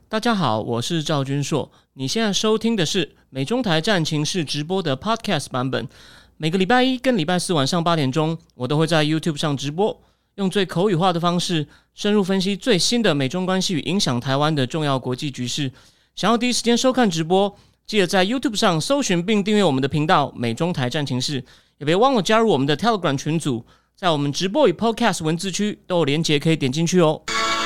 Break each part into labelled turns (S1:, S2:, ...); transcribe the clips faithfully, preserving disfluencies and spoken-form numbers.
S1: 大家好，我是赵君硕。你现在收听的是美中台战情室直播的 Podcast 版本。每个礼拜一跟礼拜四晚上八点钟，我都会在 YouTube 上直播，用最口语化的方式，深入分析最新的美中关系与影响台湾的重要国际局势。想要第一时间收看直播，记得在 YouTube 上搜寻并订阅我们的频道美中台战情室，也别忘了加入我们的 Telegram 群组，在我们直播与 Podcast 文字区都有连结可以点进去哦。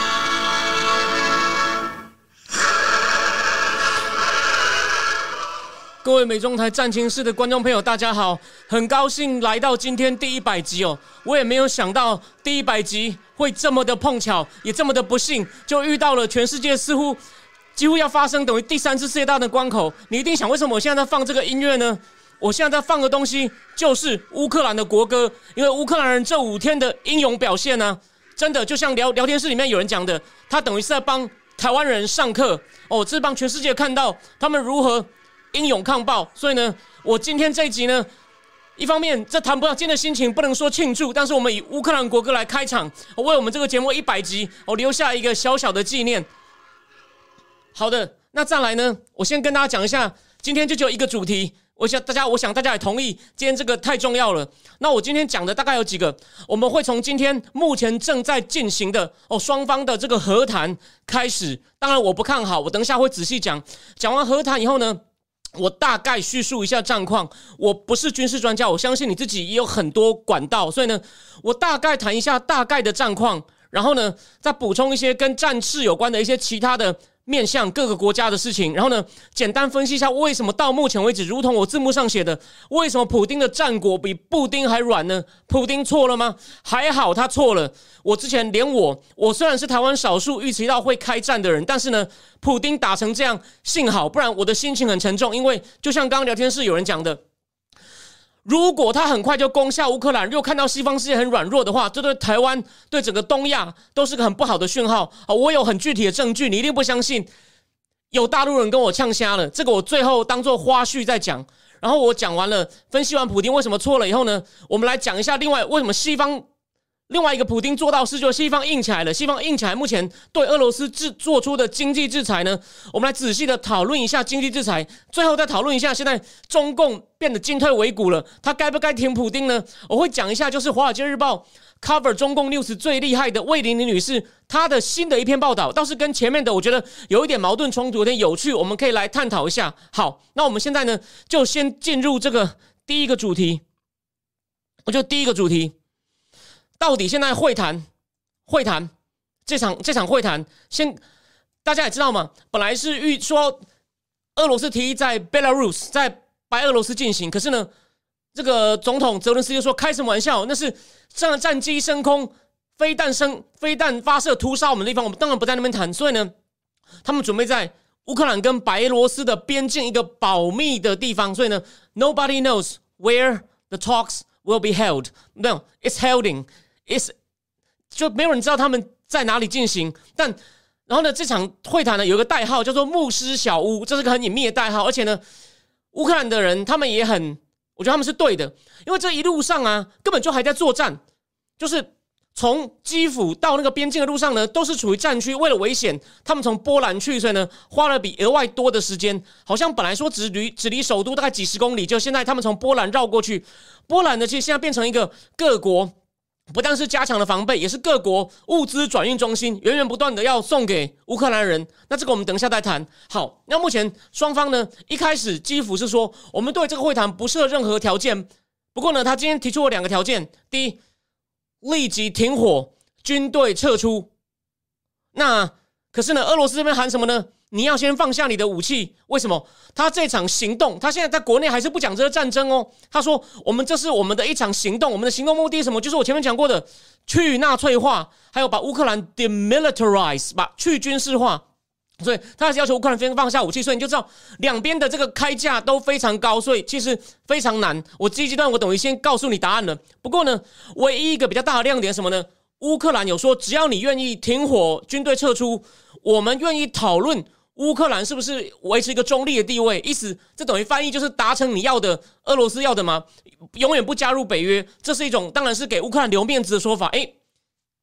S1: 各位美中台战情室的观众朋友大家好，很高兴来到今天第一百集哦。我也没有想到第一百集会这么的碰巧，也这么的不幸，就遇到了全世界似乎几乎要发生等于第三次世界大战的关口。你一定想，为什么我现在在放这个音乐呢？我现在在放的东西就是乌克兰的国歌，因为乌克兰人这五天的英勇表现呢、啊，真的就像聊聊天室里面有人讲的，他等于是在帮台湾人上课哦，这是帮全世界看到他们如何英勇抗暴。所以呢，我今天这一集呢，一方面这谈不上今天的心情不能说庆祝，但是我们以乌克兰国歌来开场，为我们这个节目一百集我留下一个小小的纪念。好的，那再来呢，我先跟大家讲一下，今天就只有一个主题，我想大家我想大家也同意，今天这个太重要了。那我今天讲的大概有几个，我们会从今天目前正在进行的哦双方的这个和谈开始。当然我不看好，我等一下会仔细讲。讲完和谈以后呢，我大概叙述一下战况。我不是军事专家，我相信你自己也有很多管道，所以呢，我大概谈一下大概的战况，然后呢，再补充一些跟战事有关的一些其他的面向各个国家的事情，然后呢，简单分析一下为什么到目前为止，如同我字幕上写的，为什么普丁的战果比布丁还软呢？普丁错了吗？还好他错了。我之前连我，我虽然是台湾少数预期到会开战的人，但是呢，普丁打成这样，幸好，不然我的心情很沉重。因为就像刚刚聊天室有人讲的，如果他很快就攻下乌克兰，又看到西方世界很软弱的话，这对台湾、对整个东亚都是个很不好的讯号。我有很具体的证据，你一定不相信。有大陆人跟我呛瞎了，这个我最后当做花絮再讲。然后我讲完了，分析完普丁为什么错了以后呢，我们来讲一下另外为什么西方另外一个普丁做到事，就是西方硬起来了。西方硬起来，目前对俄罗斯制做出的经济制裁呢，我们来仔细的讨论一下经济制裁，最后再讨论一下现在中共变得进退维谷了，他该不该挺普丁呢？我会讲一下，就是《华尔街日报》cover 中共 news 最厉害的魏玲玲女士，她的新的一篇报道，倒是跟前面的我觉得有一点矛盾冲突，有点有趣，我们可以来探讨一下。好，那我们现在呢，就先进入这个第一个主题，我就第一个主题。到底现在会谈会谈这场这场会谈，先大家也知道嘛，本来是预说俄罗斯提议在 Belarus 在白俄罗斯进行，可是呢，这个总统泽伦斯基就说开什么玩笑，那是这战机升空，飞弹升飞弹发射屠杀我们的地方，我们当然不在那边谈。所以呢，他们准备在乌克兰跟白俄罗斯的边境一个保密的地方，所以呢 ，nobody knows where the talks will be held. No, it's holding.Is 就没有人知道他们在哪里进行，但然后呢，这场会谈呢有一个代号叫做牧师小屋，这是个很隐秘的代号，而且呢，乌克兰的人他们也很，我觉得他们是对的，因为这一路上啊根本就还在作战，就是从基辅到那个边境的路上呢都是处于战区，为了危险，他们从波兰去，所以呢花了比额外多的时间，好像本来说只离只离首都大概几十公里，就现在他们从波兰绕过去，波兰呢其实现在变成一个各国。不但是加强了防备，也是各国物资转运中心，源源不断的要送给乌克兰人。那这个我们等一下再谈。好，那目前双方呢，一开始基辅是说，我们对这个会谈不设任何条件。不过呢，他今天提出了两个条件：第一，立即停火，军队撤出。那可是呢，俄罗斯这边喊什么呢？你要先放下你的武器，为什么？他这场行动，他现在在国内还是不讲这个战争哦。他说，我们这是我们的一场行动，我们的行动目的是什么？就是我前面讲过的，去纳粹化，还有把乌克兰 demilitarize， 把去军事化。所以他还是要求乌克兰先放下武器，所以你就知道两边的这个开价都非常高，所以其实非常难。我这一阶段我等于先告诉你答案了。不过呢，唯一一个比较大的亮点是什么呢？乌克兰有说，只要你愿意停火，军队撤出，我们愿意讨论。乌克兰是不是维持一个中立的地位？意思这等于翻译就是达成你要的俄罗斯要的吗？永远不加入北约，这是一种当然是给乌克兰留面子的说法。诶，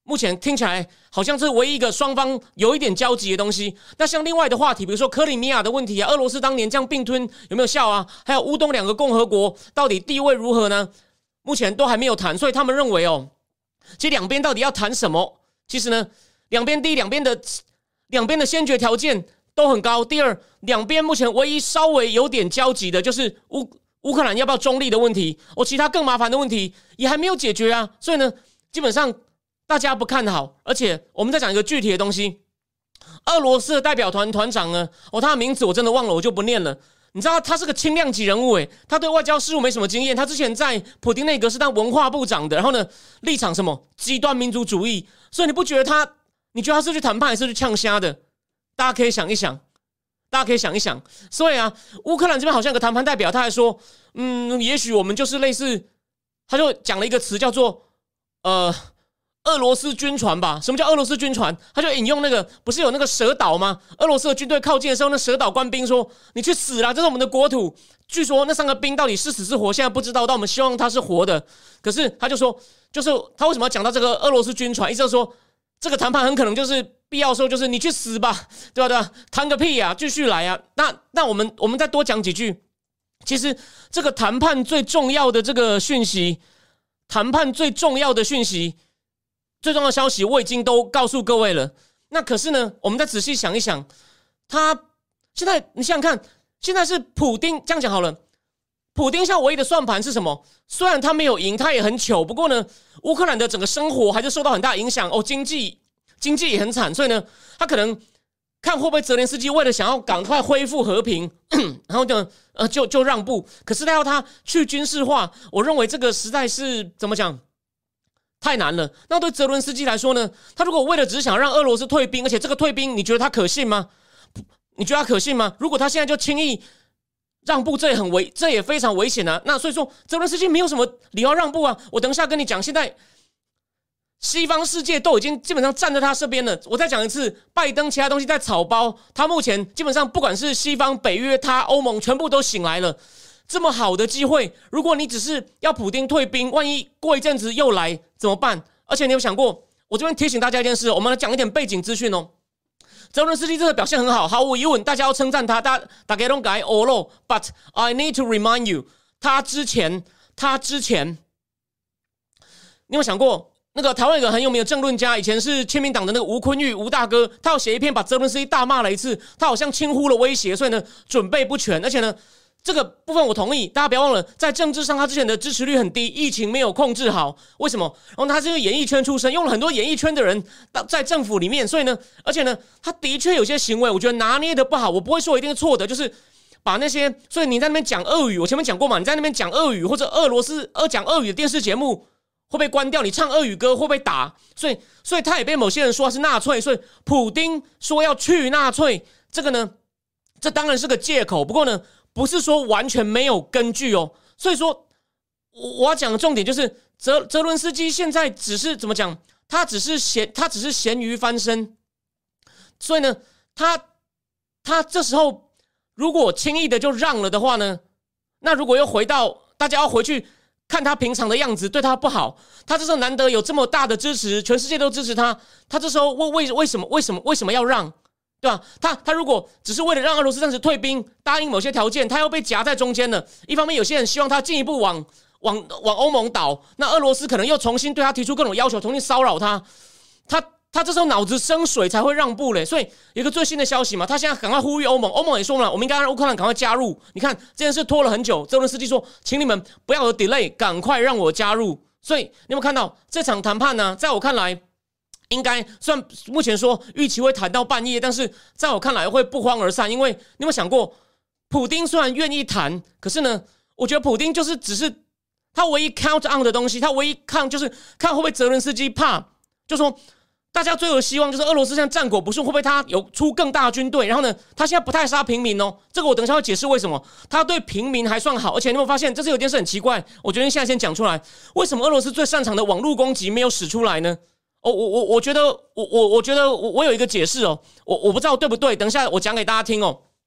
S1: 目前听起来好像是唯一一个双方有一点交集的东西。那像另外的话题，比如说克里米亚的问题啊，俄罗斯当年这样并吞有没有效啊？还有乌东两个共和国到底地位如何呢？目前都还没有谈，所以他们认为哦，其实两边到底要谈什么？其实呢，两边第一，两边的两边的先决条件都很高；第二，两边目前唯一稍微有点交集的就是乌乌克兰要不要中立的问题，哦，其他更麻烦的问题也还没有解决啊。所以呢，基本上大家不看好，而且我们再讲一个具体的东西，俄罗斯的代表团团长呢，哦，他的名字我真的忘了，我就不念了。你知道他是个轻量级人物诶，他对外交事务没什么经验，他之前在普丁内阁是当文化部长的，然后呢，立场什么极端民族主义，所以你不觉得他，你觉得他是去谈判还是去呛虾的？大家可以想一想，大家可以想一想。所以啊，乌克兰这边好像有个谈判代表，他还说，嗯，也许我们就是类似，他就讲了一个词叫做呃。俄罗斯军船吧？什么叫俄罗斯军船？他就引用那个，不是有那个蛇岛吗？俄罗斯的军队靠近的时候，那蛇岛官兵说：“你去死啦！这是我们的国土。”据说那三个兵到底是死是活，现在不知道，但我们希望他是活的。可是他就说，就是他为什么要讲到这个俄罗斯军船？意思就是说，这个谈判很可能就是必要时候就是你去死吧，对吧？对吧？谈个屁呀、啊！继续来啊！那那我们我们再多讲几句。其实这个谈判最重要的这个讯息，谈判最重要的讯息。最重要的消息我已经都告诉各位了。那可是呢，我们再仔细想一想，他现在你想想看，现在是普丁这样讲好了。普丁现在唯一的算盘是什么？虽然他没有赢，他也很糗。不过呢，乌克兰的整个生活还是受到很大影响哦，经济经济也很惨。所以呢，他可能看会不会泽连斯基为了想要赶快恢复和平，然后就呃就就让步。可是他要他去军事化，我认为这个实在是怎么讲？太难了。那对泽伦斯基来说呢？他如果为了只想让俄罗斯退兵，而且这个退兵，你觉得他可信吗？你觉得他可信吗？如果他现在就轻易让步，这也很危，这也非常危险啊。那所以说，泽伦斯基没有什么理由让步啊。我等一下跟你讲，现在西方世界都已经基本上站在他这边了。我再讲一次，拜登其他东西在草包，他目前基本上不管是西方、北约、他欧盟，全部都醒来了。这么好的机会，如果你只是要普丁退兵，万一过一阵子又来怎么办？而且你有想过，我这边提醒大家一件事，我们来讲一点背景资讯哦。泽伦斯基这个表现很好，毫无疑问，大家要称赞他，大大家都改欧喽。But I need to remind you， 他之前，他之前，你有想过？那个台湾有个很有名的政论家，以前是亲民党的那个吴坤玉吴大哥，他要写一篇把泽伦斯基大骂了一次，他好像轻忽了威胁，所以呢准备不全，而且呢。这个部分我同意，大家不要忘了，在政治上他之前的支持率很低，疫情没有控制好，为什么？然后他是因为演艺圈出身，用了很多演艺圈的人在政府里面，所以呢，而且呢，他的确有些行为，我觉得拿捏的不好，我不会说一定是错的，就是把那些，所以你在那边讲俄语，我前面讲过嘛，你在那边讲俄语或者俄罗斯呃讲俄语的电视节目会被关掉，你唱俄语歌会被打，所以所以他也被某些人说他是纳粹，所以普丁说要去纳粹，这个呢，这当然是个借口，不过呢。不是说完全没有根据哦，所以说我要讲的重点就是泽泽伦斯基现在只是怎么讲，他只是咸他只是咸鱼翻身，所以呢，他他这时候如果轻易的就让了的话呢，那如果又回到大家要回去看他平常的样子，对他不好，他这时候难得有这么大的支持，全世界都支持他，他这时候为为为什么为什么为什么要让？对吧？他他如果只是为了让俄罗斯暂时退兵，答应某些条件，他又被夹在中间了。一方面，有些人希望他进一步往往往欧盟倒，那俄罗斯可能又重新对他提出各种要求，重新骚扰他。他他这时候脑子生水才会让步嘞。所以有一个最新的消息嘛，他现在赶快呼吁欧盟，欧盟也说了，我们应该让乌克兰赶快加入。你看这件事拖了很久，泽伦斯基说，请你们不要有 delay， 赶快让我加入。所以你有没有看到这场谈判呢？在我看来。应该虽然目前说预期会谈到半夜，但是在我看来会不欢而散。因为你有没有想过，普丁虽然愿意谈，可是呢，我觉得普丁就是只是他唯一 count on 的东西，他唯一看就是看会不会泽伦斯基怕，就说大家最有希望就是俄罗斯现在战果不顺，会不会他有出更大的军队？然后呢，他现在不太杀平民哦，这个我等一下会解释为什么他对平民还算好。而且你有没有发现，这是有件事很奇怪，我决定现在先讲出来，为什么俄罗斯最擅长的网络攻击没有使出来呢？哦，我我我觉得，我我我觉得我我有一个解释哦，我我不知道对不对，等一下我讲给大家听哦。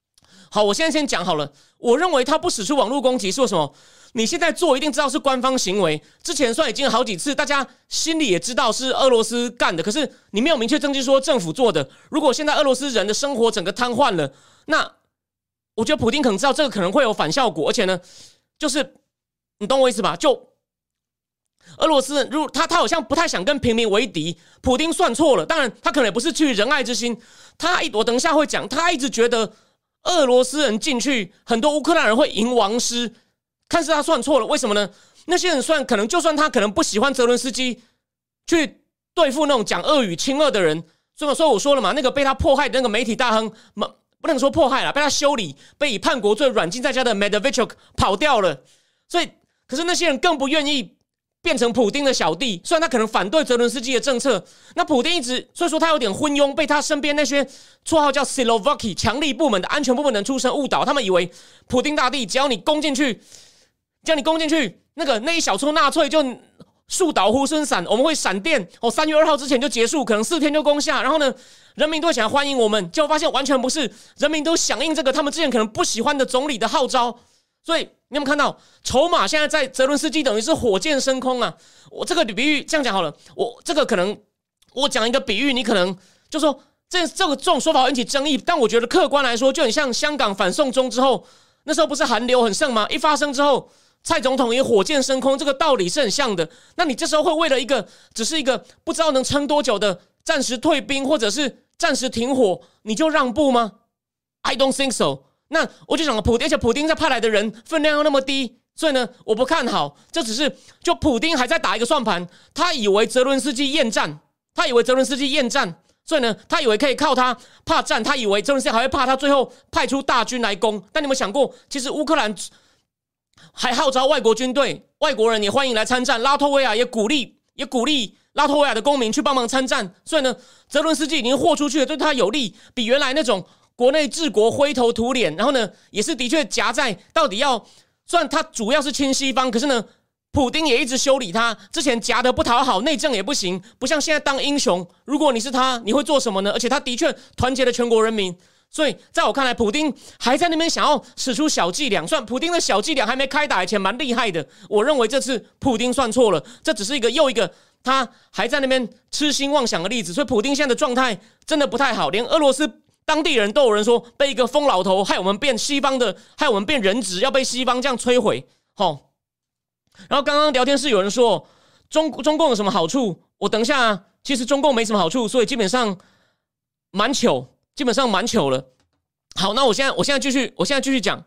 S1: 好，我现在先讲好了。我认为他不使出网络攻击是为什么？你现在做一定知道是官方行为，之前虽然已经有好几次，大家心里也知道是俄罗斯干的，可是你没有明确证据说政府做的。如果现在俄罗斯人的生活整个瘫痪了，那我觉得普丁可能知道这个可能会有反效果，而且呢，就是你懂我意思吧？就俄罗斯人，如他他好像不太想跟平民为敌，普丁算错了。当然，他可能也不是出于仁爱之心，他一我等一下会讲，他一直觉得俄罗斯人进去，很多乌克兰人会赢王师。但是他算错了，为什么呢？那些人算可能，就算他可能不喜欢泽伦斯基，去对付那种讲俄语亲俄的人，所以所以我说了嘛，那个被他迫害的那个媒体大亨，不能说迫害了，被他修理，被以叛国罪软禁在家的 Medvedchuk 跑掉了。所以，可是那些人更不愿意变成普丁的小弟，虽然他可能反对泽伦斯基的政策，那普丁一直，所以说他有点昏庸，被他身边那些绰号叫 Silovaki 强力部门的安全部门的出身误导，他们以为普丁大帝只要你攻进去。叫你攻进去，那个那一小撮纳粹就树倒猢狲散，我们会闪电哦，三月二号之前就结束，可能四天就攻下，然后呢，人民都会想要欢迎我们，结果发现完全不是，人民都响应这个他们之前可能不喜欢的总理的号召，所以你有没有看到筹码现在在泽伦斯基等于是火箭升空啊？我这个比喻这样讲好了，我这个可能我讲一个比喻，你可能就说这这个这种说法引起争议，但我觉得客观来说就很像香港反送中之后，那时候不是韩流很盛吗？一发生之后。蔡总统也火箭升空，这个道理是很像的。那你这时候会为了一个只是一个不知道能撑多久的暂时退兵，或者是暂时停火，你就让步吗 ？I don't think so。那我就想了，普丁，而且普丁在派来的人分量又那么低，所以呢，我不看好。这只是就普丁还在打一个算盘，他以为泽伦斯基厌战，他以为泽伦斯基厌战，所以呢，他以为可以靠他怕战，他以为泽伦斯基还会怕他最后派出大军来攻。但你有没有想过，其实乌克兰还号召外国军队，外国人也欢迎来参战。拉脱维亚也鼓励，也鼓励拉脱维亚的公民去帮忙参战。所以呢，泽伦斯基已经豁出去了，对他有利，比原来那种国内治国灰头土脸，然后呢，也是的确夹在到底要，虽然他主要是亲西方，可是呢，普丁也一直修理他。之前夹得不讨好，内政也不行，不像现在当英雄。如果你是他，你会做什么呢？而且他的确团结了全国人民。所以，在我看来，普丁还在那边想要使出小伎俩。虽然普丁的小伎俩还没开打以前蛮厉害的，我认为这次普丁算错了，这只是一个又一个他还在那边痴心妄想的例子。所以，普丁现在的状态真的不太好，连俄罗斯当地人都有人说，被一个疯老头害我们变西方的，害我们变人质，要被西方这样摧毁。好，然后刚刚聊天室有人说中中共有什么好处？我等一下，其实中共没什么好处，所以基本上蛮糗。基本上蛮糗了。好，那我现在我现在继续，我现在继续讲。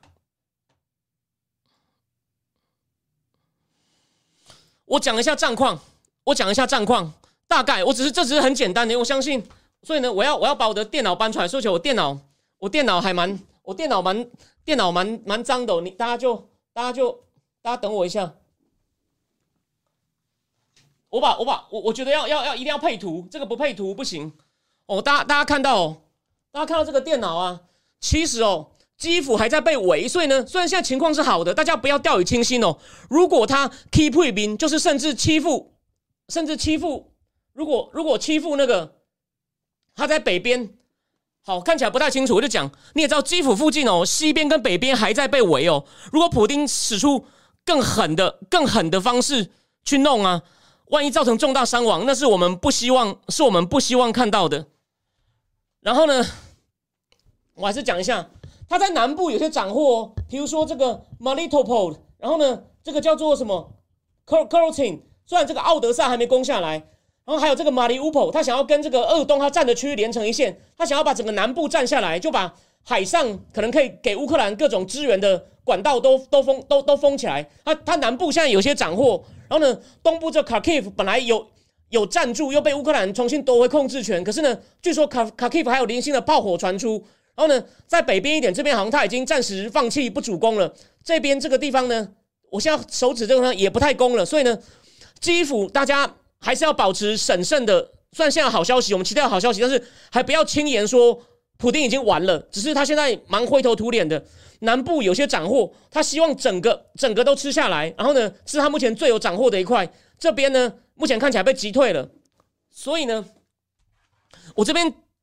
S1: 我讲一下战况，我讲一下战况，大概我只是这只是很简单的，我相信。所以呢，我要我要把我的电脑搬出来，说起我电脑，我电脑还蛮，我电脑蛮电脑蛮蛮脏的，你大家就大家就大家等我一下。我把我把我我觉得要要要一定要配图，这个不配图不行哦。大家大家看到哦。大家看到这个电脑啊，其实哦，基辅还在被围，所以呢，虽然现在情况是好的，大家不要掉以轻心哦。如果他 keep 退兵，就是甚至欺负，甚至欺负，如果如果欺负那个他在北边，好看起来不太清楚，我就讲，你也知道基辅附近哦，西边跟北边还在被围哦。如果普丁使出更狠的、更狠的方式去弄啊，万一造成重大伤亡，那是我们不希望，是我们不希望看到的。然后呢，我还是讲一下，他在南部有些斩获哦，比如说这个 Melitopol， 然后呢，这个叫做什么 Korotin， 虽然这个奥德萨还没攻下来，然后还有这个 Mariupol， 他想要跟这个鄂东他占的区域连成一线，他想要把整个南部占下来，就把海上可能可以给乌克兰各种支援的管道都都封都都封起来。他他南部现在有些斩获，然后呢，东部这 Kharkiv 本来有。有占住，又被乌克兰重新夺回控制权。可是呢，据说卡卡基夫还有零星的炮火传出。然后呢，在北边一点，这边好像他已经暂时放弃不主攻了。这边这个地方呢，我现在手指这个地方也不太攻了。所以呢，基辅大家还是要保持审慎的。虽然现在有好消息，我们期待有好消息，但是还不要轻言说普丁已经完了。只是他现在蛮灰头土脸的。南部有些斩获，他希望整个整个都吃下来。然后呢，是他目前最有斩获的一块。这边呢，目前看起来被击退了，所以呢，我这边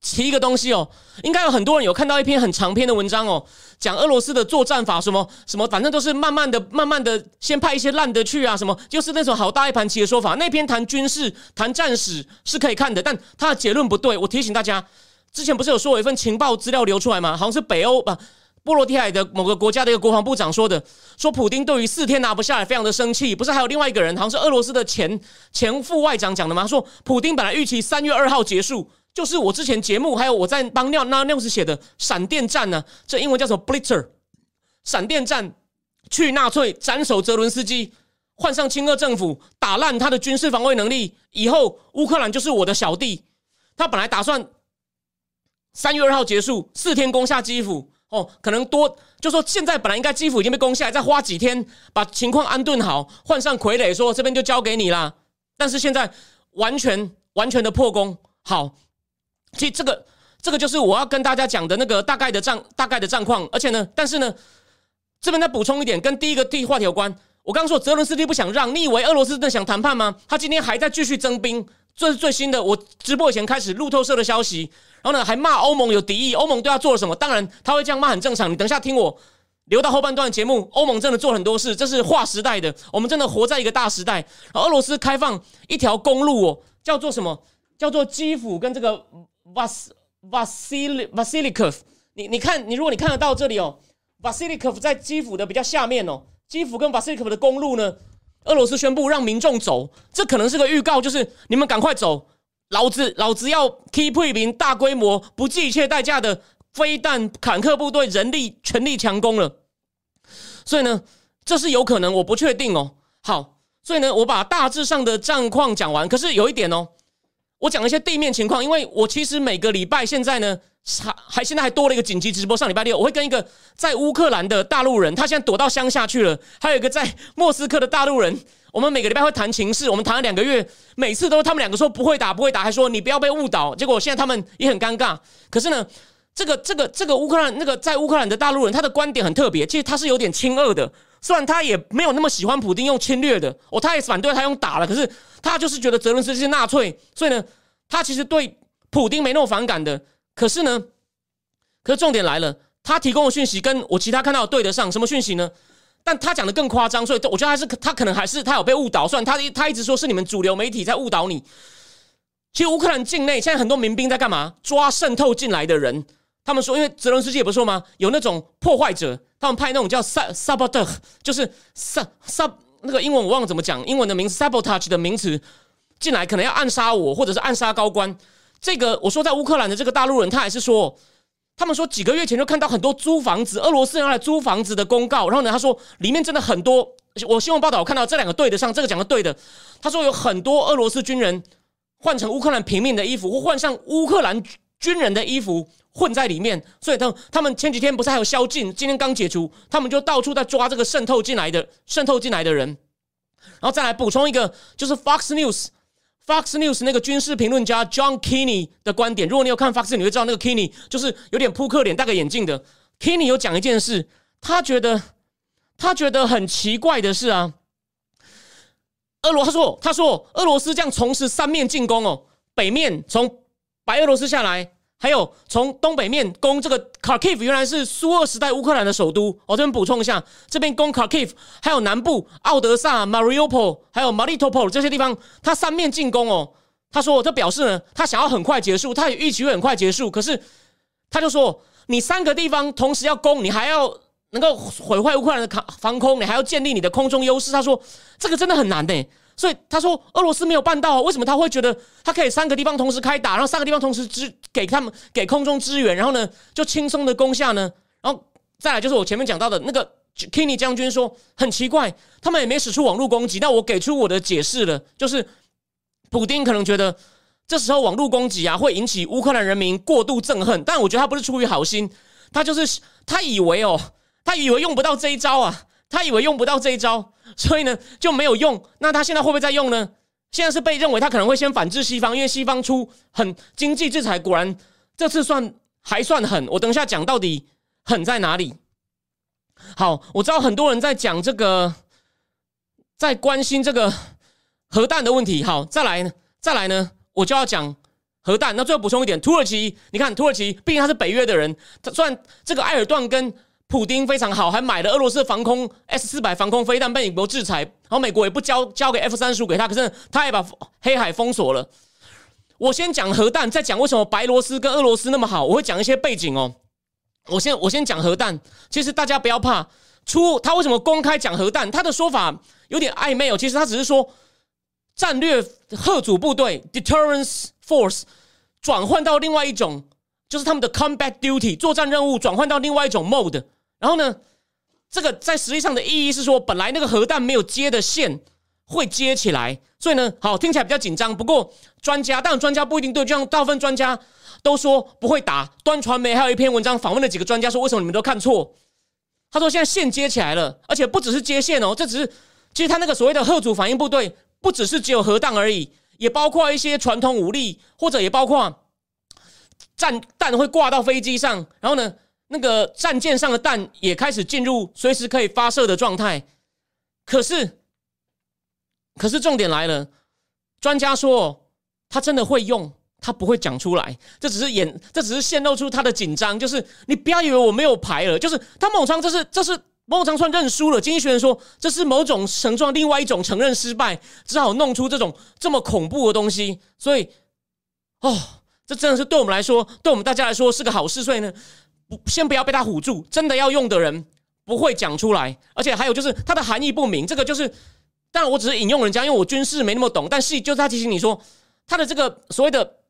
S1: 提一个东西哦，应该有很多人有看到一篇很长篇的文章哦，讲俄罗斯的作战法，什么什么，反正都是慢慢的、慢慢的，先派一些烂的去啊，什么就是那种好大一盘棋的说法。那篇谈军事、谈战史是可以看的，但他的结论不对。我提醒大家，之前不是有说有一份情报资料流出来吗？好像是北欧吧。波罗的海的某个国家的一个国防部长说的，说普丁对于四天拿不下来非常的生气。不是还有另外一个人，好像是俄罗斯的前前副外长讲的吗？他说普丁本来预期三月二号结束，就是我之前节目还有我在帮那那 news 写的闪电战呢、啊，这英文叫什么 Blitzer 闪电战，去纳粹斩首泽伦斯基，换上亲俄政府，打烂他的军事防卫能力，以后乌克兰就是我的小弟。他本来打算三月二号结束，四天攻下基辅。哦，可能多，就说现在本来应该基辅已经被攻下来，再花几天把情况安顿好，换上傀儡，说这边就交给你啦。但是现在完全完全的破功。好，其实这个这个就是我要跟大家讲的那个大概的战大概的战况。而且呢，但是呢，这边再补充一点，跟第一个第一话题有关。我刚刚说泽伦斯基不想让，你以为俄罗斯真的想谈判吗？他今天还在继续征兵，这是最新的。我直播以前开始路透社的消息。然后呢，还骂欧盟有敌意，欧盟对他做了什么？当然，他会这样骂很正常。你等一下听我留到后半段的节目，欧盟真的做了很多事，这是划时代的。我们真的活在一个大时代。俄罗斯开放一条公路哦，叫做什么？叫做基辅跟这个 Vas Vasily Vasilikov。你你看，你如果你看得到这里哦 ，Vasilikov 在基辅的比较下面哦，基辅跟 Vasilikov 的公路呢，俄罗斯宣布让民众走，这可能是个预告，就是你们赶快走。老子老子要 keep 一名大规模不计一切代价的飞弹坦克部队人力全力强攻了，所以呢，这是有可能，我不确定哦。好，所以呢，我把大致上的战况讲完。可是有一点哦，我讲一些地面情况，因为我其实每个礼拜现在呢，还还现在还多了一个紧急直播。上礼拜六我会跟一个在乌克兰的大陆人，他现在躲到乡下去了，还有一个在莫斯科的大陆人。我们每个礼拜会谈情势，我们谈了两个月，每次都是他们两个说不会打不会打，还说你不要被误导。结果现在他们也很尴尬。可是呢，这个这个这个乌克兰那个在乌克兰的大陆人，他的观点很特别，其实他是有点亲俄的，虽然他也没有那么喜欢普丁用侵略的，哦，他也反对他用打了，可是他就是觉得泽伦斯基是纳粹，所以呢，他其实对普丁没那么反感的。可是呢，可是重点来了，他提供的讯息跟我其他看到的对得上，什么讯息呢？但他讲的更夸张，所以我觉得他是他可能还是他有被误导。虽然他他一直说是你们主流媒体在误导你，其实乌克兰境内现在很多民兵在干嘛？抓渗透进来的人。他们说，因为泽伦斯基也不是说吗？有那种破坏者，他们派那种叫 saboteur， 就是 sab sab 那个英文我忘了怎么讲，英文的名词 sabotage 的名词进来，可能要暗杀我，或者是暗杀高官。这个我说在乌克兰的这个大陆人，他还是说。他们说几个月前就看到很多租房子，俄罗斯人要来租房子的公告。然后呢，他说里面真的很多。我新闻报道我看到这两个对得上，这个讲的对的。他说有很多俄罗斯军人换成乌克兰平民的衣服，或换上乌克兰军人的衣服混在里面。所以他他们前几天不是还有宵禁，今天刚解除，他们就到处在抓这个渗透进来的渗透进来的人。然后再来补充一个，就是 Fox News。Fox News 那个军事评论家 John Kinney 的观点，如果你有看 Fox News， 你会知道那个 Kinney 就是有点扑克脸、戴个眼镜的。Kinney 有讲一件事，他觉得他觉得很奇怪的是啊，俄罗他说他说俄罗斯这样同时三面进攻哦，北面从白俄罗斯下来，还有从东北面攻这个 Kharkiv， 原来是苏俄时代乌克兰的首都。我这边补充一下，这边攻 Kharkiv， 还有南部奥德萨、Mariupol， 还有 Melitopol 这些地方，他三面进攻哦。他说，这表示呢，他想要很快结束，他也预期会很快结束。可是他就说，你三个地方同时要攻，你还要能够毁坏乌克兰的防空，你还要建立你的空中优势。他说，这个真的很难呢。所以他说俄罗斯没有办到，为什么他会觉得他可以三个地方同时开打，然后三个地方同时支给他们给空中支援，然后呢就轻松的攻下呢？然后再来就是我前面讲到的那个 Kinney 将军说很奇怪，他们也没使出网络攻击。那我给出我的解释了，就是普丁可能觉得这时候网络攻击啊会引起乌克兰人民过度憎恨，但我觉得他不是出于好心，他就是他以为哦，他以为用不到这一招啊。他以为用不到这一招，所以呢就没有用。那他现在会不会再用呢？现在是被认为他可能会先反制西方，因为西方出很经济制裁，果然这次算还算狠。我等一下讲到底狠在哪里。好，我知道很多人在讲这个，在关心这个核弹的问题。好，再来呢，再来呢，我就要讲核弹。那最后补充一点，土耳其，你看土耳其，毕竟他是北约的人，他虽然这个埃尔段跟普丁非常好，还买了俄罗斯防空 S 四百防空飞弹，被美国制裁，然后美国也不交交给 F 三十五给他，可是他也把黑海封锁了。我先讲核弹，再讲为什么白罗斯跟俄罗斯那么好，我会讲一些背景哦。我先我先讲核弹，其实大家不要怕，出他为什么公开讲核弹？他的说法有点暧昧哦，其实他只是说战略嚇阻部队 （deterrence force） 转换到另外一种，就是他们的 combat duty 作战任务转换到另外一种 mode。然后呢，这个在实际上的意义是说，本来那个核弹没有接的线会接起来，所以呢，好听起来比较紧张。不过专家，当然专家不一定对，就像大部分专家都说不会打。端传媒还有一篇文章访问了几个专家，说为什么你们都看错？他说现在线接起来了，而且不只是接线哦，这只是其实他那个所谓的嚇阻反应部队，不只是只有核弹而已，也包括一些传统武力，或者也包括战弹会挂到飞机上，然后呢，那个战舰上的弹也开始进入随时可以发射的状态。可是，可是重点来了，专家说他真的会用。他不会讲出来，这只是演，这只是显露出他的紧张。就是你不要以为我没有牌了，就是他某场这是这是某场算认输了。经济学人说这是某种程度另外一种承认失败，只好弄出这种这么恐怖的东西。所以，哦，这真的是对我们来说，对我们大家来说是个好事。所以呢，先不要被他唬住，真的要用的人不会讲出来。而且还有就是它的含义不明，这个就是当然我只是引用人家，因为我军事没那么懂，但是就是他提醒你说，他的这个所谓的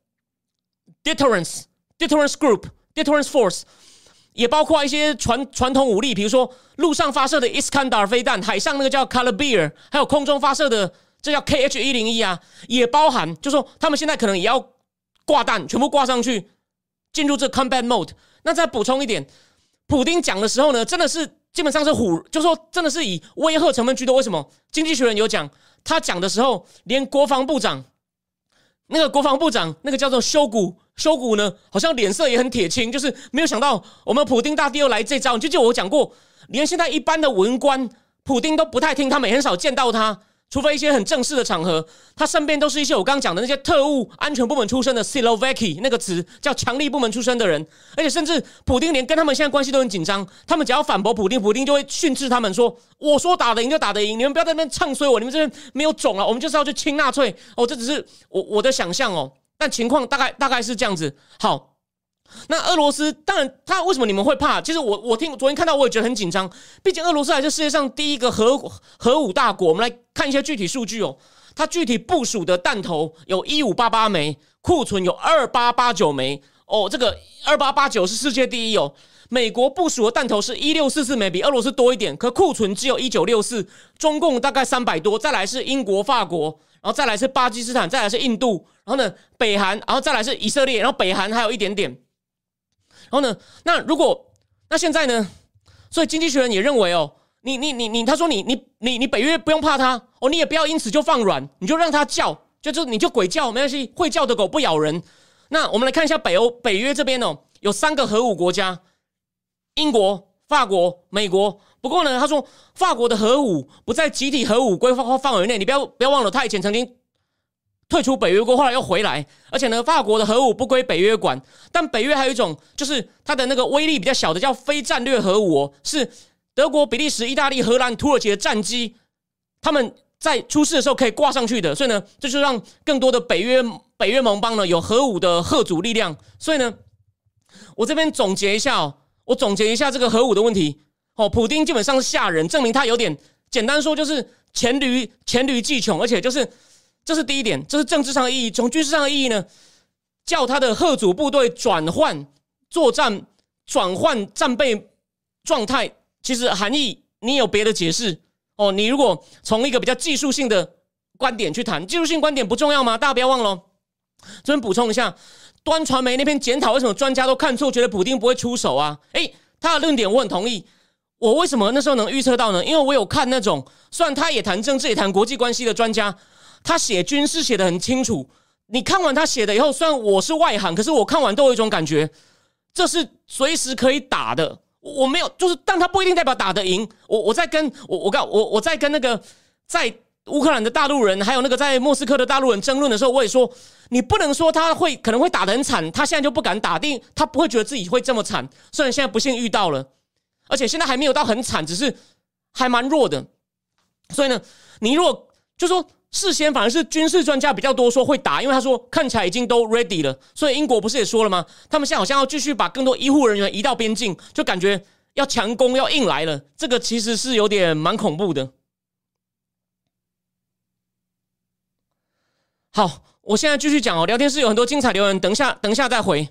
S1: Deterrence, deterrence group, deterrence force 也包括一些传传统武力，比如说陆上发射的 Iskander 飞弹，海上那个叫 Kalibir， 还有空中发射的这叫 K H 一零一 啊，也包含，就是说他们现在可能也要挂弹，全部挂上去，进入这 combat mode。那再补充一点，普丁讲的时候呢，真的是基本上是唬，就是说真的是以威吓成分居多。为什么？经济学人有讲，他讲的时候，连国防部长。那个国防部长，那个叫做修古，修古呢，好像脸色也很铁青，就是没有想到我们普丁大帝又来这招。你就记得我讲过，连现在一般的文官，普丁都不太听他们，也很少见到他，除非一些很正式的场合，他身边都是一些我刚刚讲的那些特务、安全部门出身的 Siloviki 那个词叫强力部门出身的人，而且甚至普丁连跟他们现在关系都很紧张，他们只要反驳普丁，普丁就会训斥他们说：“我说打得赢就打得赢，你们不要在那边唱衰我，你们这边没有种了，我们就是要去清纳粹。”哦，这只是我我的想象哦，但情况大概大概是这样子。好。那俄罗斯当然，他为什么你们会怕？其实我我听昨天看到，我也觉得很紧张。毕竟俄罗斯还是世界上第一个核核武大国。我们来看一些具体数据哦。它具体部署的弹头有一五八八枚，库存有二八八九枚。哦，这个二八八九是世界第一哦。美国部署的弹头是一六四四枚，比俄罗斯多一点，可库存只有一九六四。中共大概三百多，再来是英国、法国，然后再来是巴基斯坦，再来是印度，然后呢北韩，然后再来是以色列，然后北韩还有一点点。然后呢？那如果那现在呢？所以经济学人也认为哦，你你你你，他说你你你你北约不用怕他哦，你也不要因此就放软，你就让他叫，就就你就鬼叫没关系，会叫的狗不咬人。那我们来看一下北欧北约这边哦，有三个核武国家：英国、法国、美国。不过呢，他说法国的核武不在集体核武规划范围内，你不要不要忘了，他以前曾经退出北约过，后来又回来，而且呢，法国的核武不归北约管，但北约还有一种，就是它的那个威力比较小的，叫非战略核武哦，是德国、比利时、意大利、荷兰、土耳其的战机，他们在出事的时候可以挂上去的，所以呢，这就让更多的北约北约盟邦呢有核武的嚇阻力量。所以呢，我这边总结一下哦，我总结一下这个核武的问题哦，普丁基本上是吓人，证明他有点简单说就是黔驴黔驴技穷，而且就是。这是第一点，这是政治上的意义。从军事上的意义呢，叫他的嚇阻部队转换作战、转换战备状态，其实含义你有别的解释哦。你如果从一个比较技术性的观点去谈，技术性观点不重要吗？大家不要忘了。这边补充一下，端传媒那篇检讨为什么专家都看错，觉得普丁不会出手啊？诶，他的论点我很同意。我为什么那时候能预测到呢？因为我有看那种虽然他也谈政治也谈国际关系的专家。他写军事写得很清楚，你看完他写的以后，虽然我是外行，可是我看完都有一种感觉，这是随时可以打的。我没有，就是，但他不一定代表打得赢。我我在跟我我告我我在跟那个在乌克兰的大陆人，还有那个在莫斯科的大陆人争论的时候，我也说，你不能说他会可能会打得很惨，他现在就不敢打，定他不会觉得自己会这么惨。虽然现在不幸遇到了，而且现在还没有到很惨，只是还蛮弱的。所以呢，你如果就说事先反而是军事专家比较多说会打，因为他说看起来已经都 ready 了。所以英国不是也说了吗？他们现在好像要继续把更多医护人员移到边境，就感觉要强攻要硬来了。这个其实是有点蛮恐怖的。好，我现在继续讲哦。聊天室有很多精彩留言，等一下，等一下再回。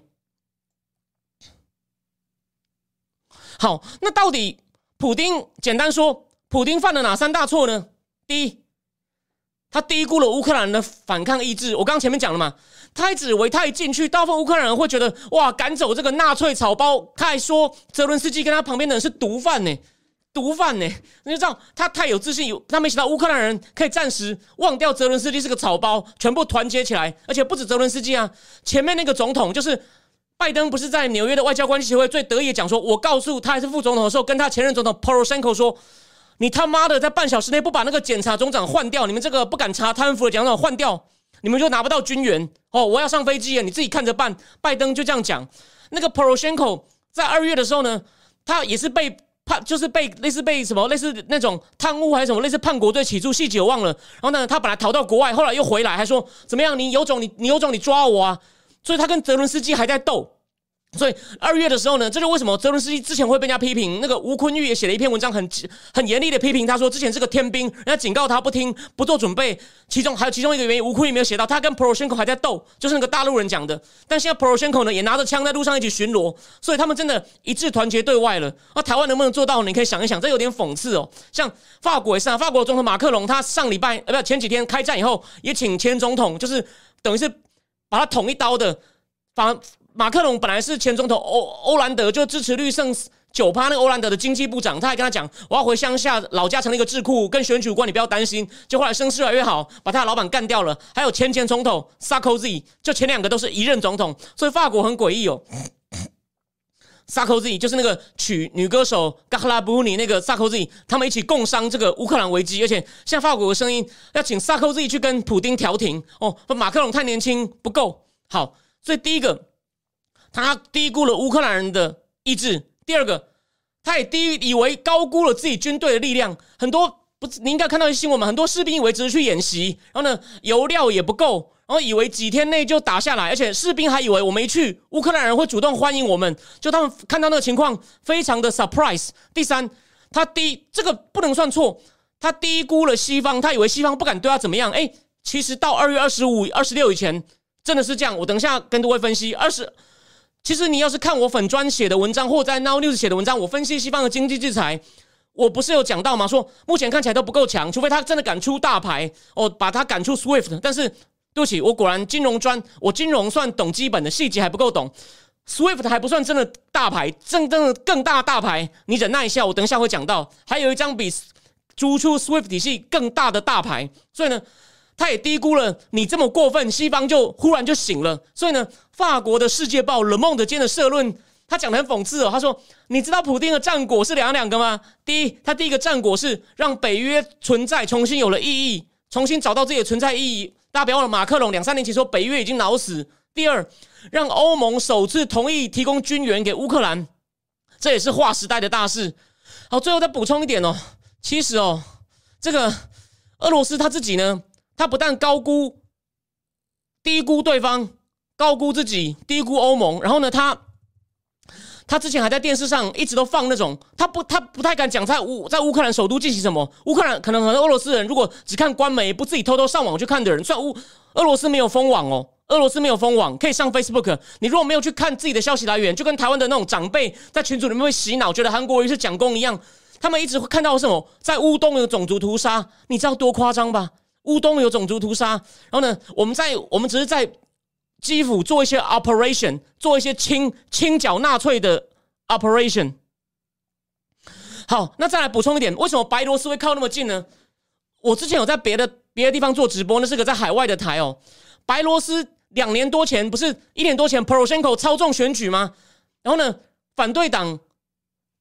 S1: 好，那到底普丁简单说，普丁犯了哪三大错呢？第一，他低估了乌克兰人的反抗意志。我刚刚前面讲了嘛，他一直以为他一进去，大部分乌克兰人会觉得哇，赶走这个纳粹草包。他还说泽伦斯基跟他旁边的人是毒贩呢。毒贩呢？你就知道他太有自信，他没想到乌克兰人可以暂时忘掉泽伦斯基是个草包，全部团结起来。而且不止泽伦斯基啊，前面那个总统就是拜登，不是在纽约的外交关系协会最得意的讲说，我告诉他还是副总统的时候，跟他前任总统 Poroshenko 说，你他妈的在半小时内不把那个检察总长换掉，你们这个不敢查贪腐的检察总长换掉，你们就拿不到军援哦！我要上飞机了，你自己看着办。拜登就这样讲。那个 Poroshenko 在二月的时候呢，他也是被。就是被类似被什么类似那种贪污还是什么类似叛国罪起诉，细节我忘了。然后呢，他本来逃到国外，后来又回来，还说怎么样？你有种你你有种你抓我啊！所以他跟泽伦斯基还在斗。所以二月的时候呢，这就为什么泽伦斯基之前会被人家批评。那个吴坤玉也写了一篇文章很，很很严厉的批评他，说之前是个天兵，人家警告他不听，不做准备。其中还有其中一个原因，吴坤玉没有写到，他跟 Poroshenko 还在斗，就是那个大陆人讲的。但现在 Poroshenko 呢也拿着枪在路上一起巡逻，所以他们真的一致团结对外了。那台湾能不能做到？你可以想一想，这有点讽刺哦。像法国也是啊，法国总统马克龙，他上礼拜呃不前几天开战以后，也请前总统，就是等于是把他捅一刀的，反。马克龙本来是前总统欧欧兰德，就支持率剩九趴那个欧兰德的经济部长，他还跟他讲，我要回乡下老家成立一个智库，跟选举有关，你不要担心。就后来声势越来越好，把他的老板干掉了。还有前前总统 Sarkozy， 就前两个都是一任总统，所以法国很诡异哦。Sarkozy 就是那个娶女歌手 Carla Bruni 那个 Sarkozy， 他们一起共商这个乌克兰危机，而且现在法国有声音要请 Sarkozy 去跟普丁调停哦，马克龙太年轻不够好，所以第一个。他低估了乌克兰人的意志。第二个，他也低以为高估了自己军队的力量。很多不，你应该看到一些新闻嘛，很多士兵以为只是去演习，然后呢油料也不够，然后以为几天内就打下来，而且士兵还以为我们一去，乌克兰人会主动欢迎我们，就他们看到那个情况非常的 surprise。第三，他低这个不能算错，他低估了西方，他以为西方不敢对他怎么样。哎，其实到二月二十五、二十六以前真的是这样。我等一下跟各位分析。二十其实你要是看我粉专写的文章，或者在 Now News 写的文章，我分析西方的经济制裁，我不是有讲到吗？说目前看起来都不够强，除非他真的赶出大牌，哦，把他赶出 Swift。但是对不起，我果然金融专，我金融算懂基本的，细节还不够懂。Swift 还不算真的大牌，真正的更大的大牌，你忍耐一下，我等一下会讲到。还有一张比逐出 Swift 体系更大的大牌，所以呢。他也低估了你这么过分，西方就忽然就醒了。所以呢，法国的《世界报》Le Monde 今天的社论，他讲得很讽刺哦。他说：“你知道普丁的战果是两两个吗？第一，他第一个战果是让北约存在重新有了意义，重新找到自己的存在意义。大家不要忘了，马克龙两三年前说北约已经脑死。第二，让欧盟首次同意提供军援给乌克兰，这也是划时代的大事。好，最后再补充一点哦，其实哦，这个俄罗斯他自己呢。”他不但高估、低估对方，高估自己，低估欧盟。然后呢，他他之前还在电视上一直都放那种，他不他不太敢讲在乌在乌克兰首都进行什么。乌克兰可能很多俄罗斯人如果只看官媒，不自己偷偷上网去看的人，虽然乌俄罗斯没有封网哦，俄罗斯没有封网，可以上 Facebook。你如果没有去看自己的消息来源，就跟台湾的那种长辈在群组里面会洗脑，觉得韩国瑜是蒋公一样，他们一直会看到什么在乌东有种族屠杀，你知道多夸张吧？乌东有种族屠杀，然后呢，我们在我们只是在基辅做一些 operation， 做一些清清剿纳粹的 operation。好，那再来补充一点，为什么白罗斯会靠那么近呢？我之前有在别的别的地方做直播，那是个在海外的台哦。白罗斯两年多前不是一年多前 Poroshenko 操纵选举吗？然后呢，反对党。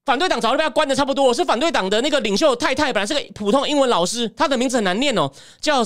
S1: 反对党早就被他关的差不多了，是反对党的那个领袖太太，本来是个普通英文老师，她的名字很难念哦，叫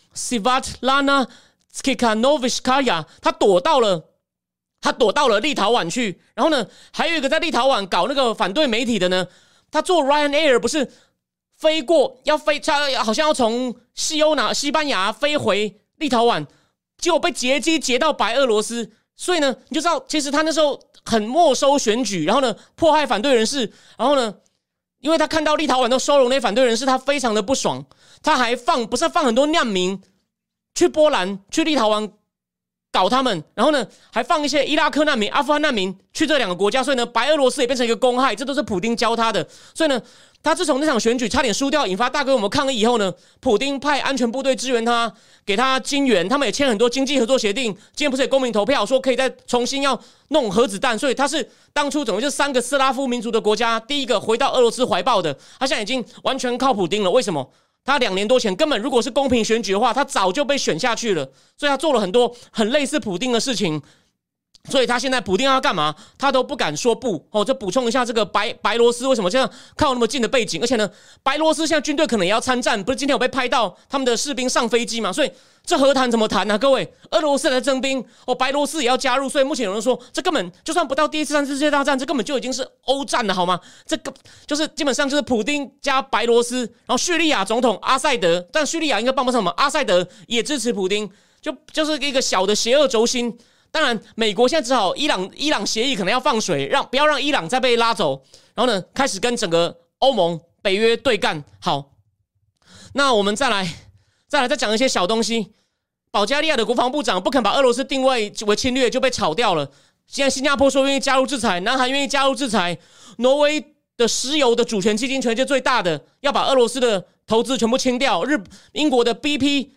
S1: Sviatlana Tsikhanovskaya， 她躲到了。他躲到了立陶宛去，然后呢，还有一个在立陶宛搞那个反对媒体的呢，他坐 Ryanair 不是飞过，要飞，他好像要从西欧拿西班牙飞回立陶宛，结果被劫机劫到白俄罗斯，所以呢，你就知道，其实他那时候很没收选举，然后呢，迫害反对人士，然后呢，因为他看到立陶宛都收容那些反对人士，他非常的不爽，他还放不是放很多难民去波兰，去立陶宛。搞他们，然后呢，还放一些伊拉克难民、阿富汗难民去这两个国家，所以呢，白俄罗斯也变成一个公害，这都是普丁教他的。所以呢，他自从那场选举差点输掉，引发大规模抗议以后呢，普丁派安全部队支援他，给他金援，他们也签很多经济合作协定。今天不是也公民投票说可以再重新要弄核子弹，所以他是当初总共就三个斯拉夫民族的国家第一个回到俄罗斯怀抱的，他现在已经完全靠普丁了。为什么？他两年多前根本如果是公平选举的话，他早就被选下去了，所以他做了很多很类似普丁的事情，所以他现在普丁要干嘛，他都不敢说不。哦，这补充一下这个白白罗斯为什么这样靠那么近的背景，而且呢，白罗斯现在军队可能也要参战，不是今天有被拍到他们的士兵上飞机嘛？所以这和谈怎么谈呢、啊？各位，俄罗斯在征兵，哦，白罗斯也要加入，所以目前有人说，这根本就算不到第一次世界大战，这根本就已经是欧战了，好吗？这个就是基本上就是普丁加白罗斯，然后叙利亚总统阿塞德，但叙利亚应该帮不上什么，阿塞德也支持普丁，就就是一个小的邪恶轴心。当然，美国现在只好伊朗伊朗协议可能要放水，让不要让伊朗再被拉走，然后呢，开始跟整个欧盟、北约对干。好，那我们再来再来再讲一些小东西。保加利亚的国防部长不肯把俄罗斯定位为侵略，就被炒掉了。现在新加坡说愿意加入制裁，南韩愿意加入制裁，挪威的石油的主权基金，全世界最大的，要把俄罗斯的投资全部清掉。日英国的 B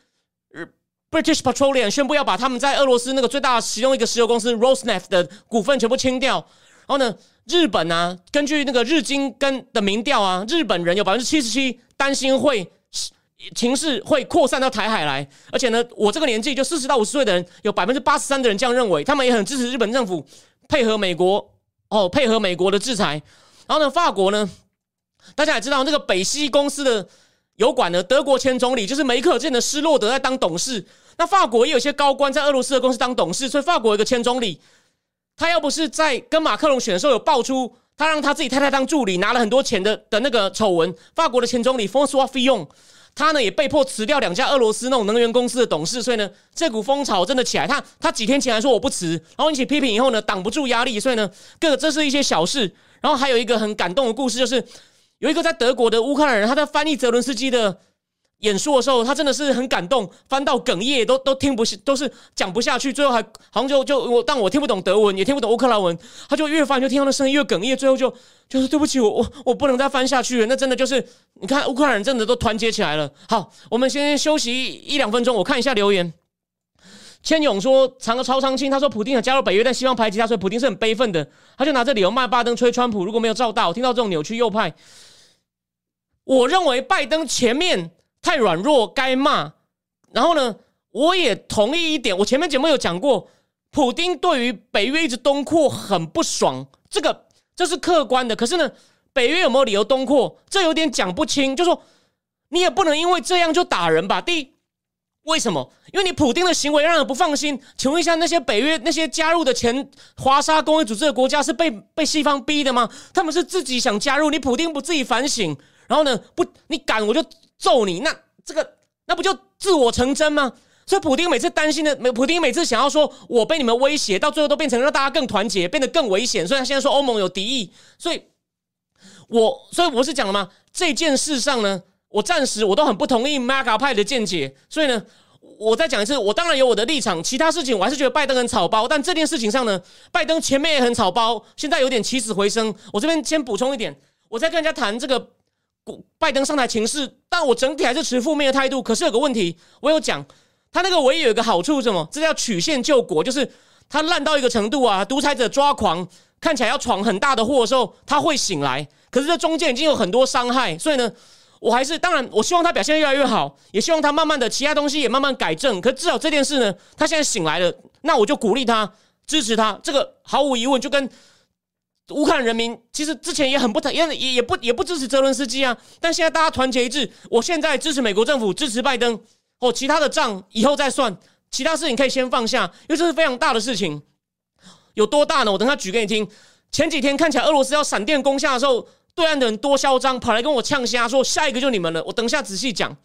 S1: P。British Petroleum 宣布要把他们在俄罗斯那个最大的其中一个石油公司 Rosneft 的股份全部清掉。然后呢，日本啊，根据那个日经跟的民调啊，日本人有 百分之七十七 担心会情势会扩散到台海来。而且呢，我这个年纪就四十到五十岁的人，有 百分之八十三 的人这样认为，他们也很支持日本政府配合美国哦，配合美国的制裁。然后呢，法国呢，大家也知道那个北溪公司的油管呢，德国前总理就是梅克尔之前的施洛德在当董事。那法国也有一些高官在俄罗斯的公司当董事，所以法国有一个前总理，他要不是在跟马克龙选的时候有爆出他让他自己太太当助理拿了很多钱的的那个丑闻，法国的前总理 François Fillon 他呢也被迫辞掉两家俄罗斯那种能源公司的董事，所以呢这股风潮真的起来。他他几天前还说我不辞，然后引起批评以后呢挡不住压力，所以呢各个这是一些小事。然后还有一个很感动的故事，就是有一个在德国的乌克兰人，他在翻译泽伦斯基的演说的时候，他真的是很感动，翻到哽咽，都都听不都是讲不下去，最后还好像就就我，但我听不懂德文，也听不懂乌克兰文，他就越翻就听到那声音越哽咽，最后就就是对不起，我我我不能再翻下去了。那真的就是你看乌克兰人真的都团结起来了。好，我们先休息一两分钟，我看一下留言。千勇说长超长青，他说普丁想加入北约，但希望排挤他，所以普丁是很悲愤的，他就拿这理由骂拜登吹川普，如果没有照到，我听到这种扭曲右派，我认为拜登前面太软弱，该骂。然后呢，我也同意一点，我前面节目有讲过，普丁对于北约一直东扩很不爽，这个这是客观的。可是呢，北约有没有理由东扩，这有点讲不清。就说你也不能因为这样就打人吧。第一，为什么？因为你普丁的行为让人不放心。请问一下，那些北约那些加入的前华沙公约组织的国家是被被西方逼的吗？他们是自己想加入，你普丁不自己反省，然后呢，不你敢我就揍你，那这个那不就自我成真吗？所以普丁每次担心的，普丁每次想要说我被你们威胁，到最后都变成让大家更团结，变得更危险。所以他现在说欧盟有敌意，所以我所以我是讲了吗？这件事上呢，我暂时我都很不同意 M A G A 派的见解。所以呢，我再讲一次，我当然有我的立场，其他事情我还是觉得拜登很草包，但这件事情上呢，拜登前面也很草包，现在有点起死回生。我这边先补充一点，我在跟人家谈这个拜登上台情势，但我整体还是持负面的态度。可是有个问题，我有讲，他那个唯一有一个好处是什么？这叫曲线救国，就是他烂到一个程度啊，独裁者抓狂，看起来要闯很大的祸的时候，他会醒来。可是这中间已经有很多伤害，所以呢，我还是当然，我希望他表现越来越好，也希望他慢慢的其他东西也慢慢改正。可是至少这件事呢，他现在醒来了，那我就鼓励他，支持他。这个毫无疑问，就跟乌克兰人民其实之前也很不也也也不也不支持泽伦斯基啊，但现在大家团结一致，我现在支持美国政府，支持拜登。哦，其他的账以后再算，其他事情可以先放下，因为这是非常大的事情。有多大呢？我等下举给你听。前几天看起来俄罗斯要闪电攻下的时候，对岸的人多嚣张，跑来跟我呛虾说下一个就你们了。我等一下仔细讲。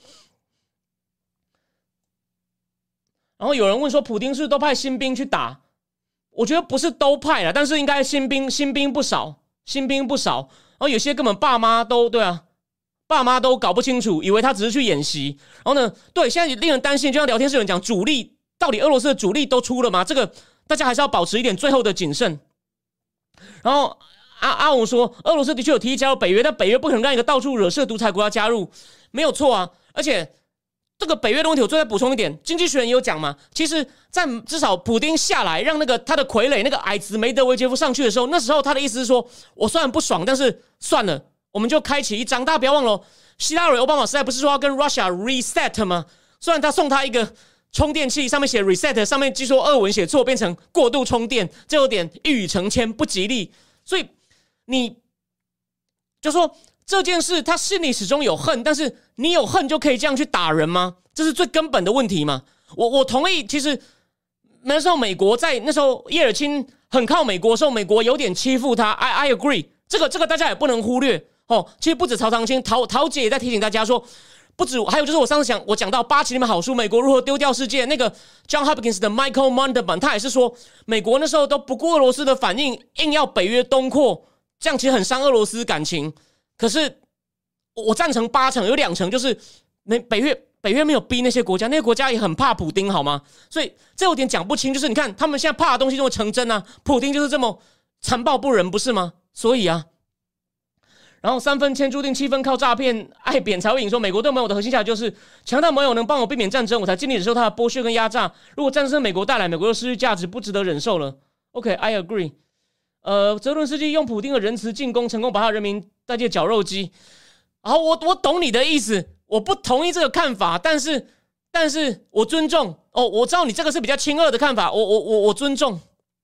S1: 然后有人问说，普丁是不是都派新兵去打？我觉得不是都派了，但是应该新兵新兵不少，新兵不少。然后有些根本爸妈都对啊，爸妈都搞不清楚，以为他只是去演习。然后呢，对，现在令人担心，就像聊天室有人讲，主力到底俄罗斯的主力都出了吗？这个大家还是要保持一点最后的谨慎。然后阿阿勇说，俄罗斯的确有提议加入北约，但北约不可能让一个到处惹事的独裁国家加入，没有错啊。而且这个北约的问题，我最后再补充一点，经济学人也有讲嘛，其实在至少普丁下来让那个他的傀儡那个矮子梅德韦杰夫上去的时候，那时候他的意思是说，我虽然不爽，但是算了，我们就开启一章。大家不要忘了，希拉里奥巴马时代不是说要跟 Russia reset 吗？虽然他送他一个充电器，上面写 reset， 上面据说俄文写错，变成过度充电，这有点一语成千，不吉利。所以你就说这件事，他心里始终有恨，但是你有恨就可以这样去打人吗？这是最根本的问题嘛。我我同意，其实那时候美国在那时候叶尔钦很靠美国的时候，美国有点欺负他。I I agree， 这个这个大家也不能忽略哦。其实不止曹长青，陶陶姐也在提醒大家说，不止，还有就是我上次讲我讲到八期那本好书《美国如何丢掉世界》，那个 John Hopkins 的 Michael Montalban， 他也是说，美国那时候都不顾俄罗斯的反应，硬要北约东扩，这样其实很伤俄罗斯感情。可是我赞成八成，有两成就是美北约北约没有逼那些国家，那些国家也很怕普丁，好吗？所以这有点讲不清，就是你看他们现在怕的东西就会成真啊，普丁就是这么残暴不仁，不是吗？所以啊。然后三分签注定七分靠诈骗，爱扁才会赢说，美国对盟友的核心价值就是强大盟友能帮我避免战争，我才尽力忍受他的剥削跟压榨。如果战争是美国带来，美国就失去价值，不值得忍受了。OK，I agree。呃，泽伦斯基用普丁的仁慈进攻，成功把他人民带进绞肉机。好，我我懂你的意思，我不同意这个看法，但是但是我尊重哦，我知道你这个是比较亲俄的看法，我我我我尊重。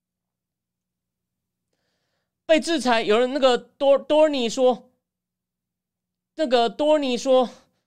S1: 被制裁，有人那个多多尼说，那个多尼说，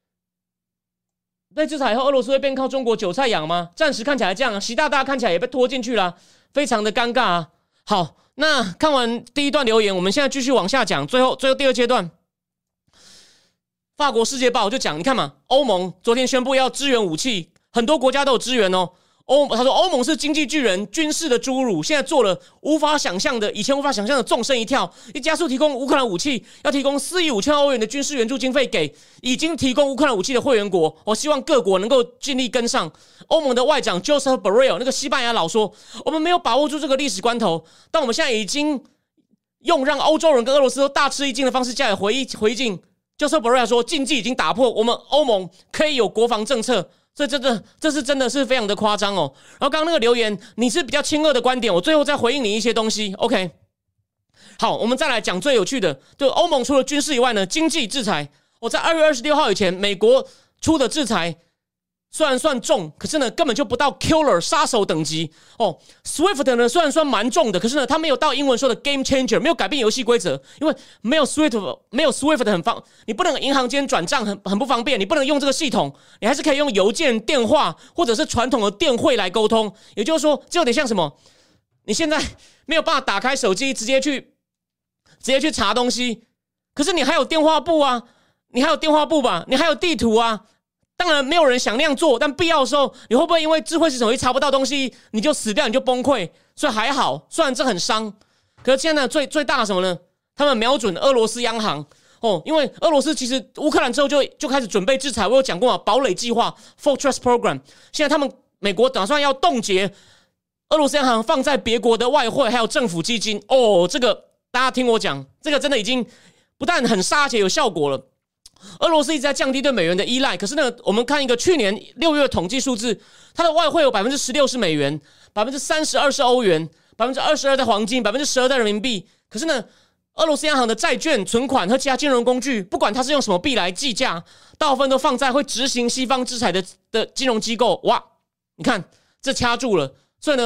S1: 被制裁以后，俄罗斯会变靠中国韭菜养吗？暂时看起来这样，习大大看起来也被拖进去了，非常的尴尬啊。好，那看完第一段留言，我们现在继续往下讲，最后最后第二阶段，法国《世界报》就讲，你看嘛，欧盟昨天宣布要支援武器，很多国家都有支援哦。欧他说欧盟是经济巨人，军事的侏儒，现在做了无法想象的，以前无法想象的纵身一跳，一加速提供乌克兰武器，要提供四亿五千万欧元的军事援助经费给已经提供乌克兰武器的会员国。我希望各国能够尽力跟上。欧盟的外长 Joseph Borrell 那个西班牙佬说，我们没有把握住这个历史关头，但我们现在已经用让欧洲人跟俄罗斯都大吃一惊的方式加以回回敬。Joseph Borrell 说，禁忌已经打破，我们欧盟可以有国防政策。所以这这这是真的是非常的夸张哦。然后刚刚那个留言，你是比较亲俄的观点，我最后再回应你一些东西。OK， 好，我们再来讲最有趣的，就欧盟除了军事以外呢，经济制裁。我在二月二十六号以前，美国出的制裁虽然算重，可是呢根本就不到 killer 杀手等级哦。Swift 呢虽然算蛮重的，可是呢它没有到英文说的 game changer， 没有改变游戏规则，因为没有 Swift 没有 Swift 很方，你不能银行间转账很很不方便，你不能用这个系统，你还是可以用邮件、电话或者是传统的电汇来沟通。也就是说，这有点像什么？你现在没有办法打开手机直接去直接去查东西，可是你还有电话簿啊，你还有电话簿吧，你还有地图啊。当然没有人想那样做，但必要的时候，你会不会因为智慧系统一查不到东西，你就死掉，你就崩溃？所以还好，虽然这很伤，可是现在最最大的什么呢？他们瞄准俄罗斯央行哦，因为俄罗斯其实乌克兰之后就就开始准备制裁，我有讲过嘛，堡垒计划 （Fortress Program）。现在他们美国打算要冻结俄罗斯央行放在别国的外汇还有政府基金哦，这个大家听我讲，这个真的已经不但很杀，而且有效果了。俄罗斯一直在降低对美元的依赖，可是呢，我们看一个去年六月统计数字，它的外汇有百分之十六是美元，百分之三十二是欧元，百分之二十二在黄金，百分之十二在人民币。可是呢，俄罗斯央行的债券、存款和其他金融工具，不管它是用什么币来计价，大部分都放在会执行西方制裁的的金融机构。哇，你看这掐住了，所以呢，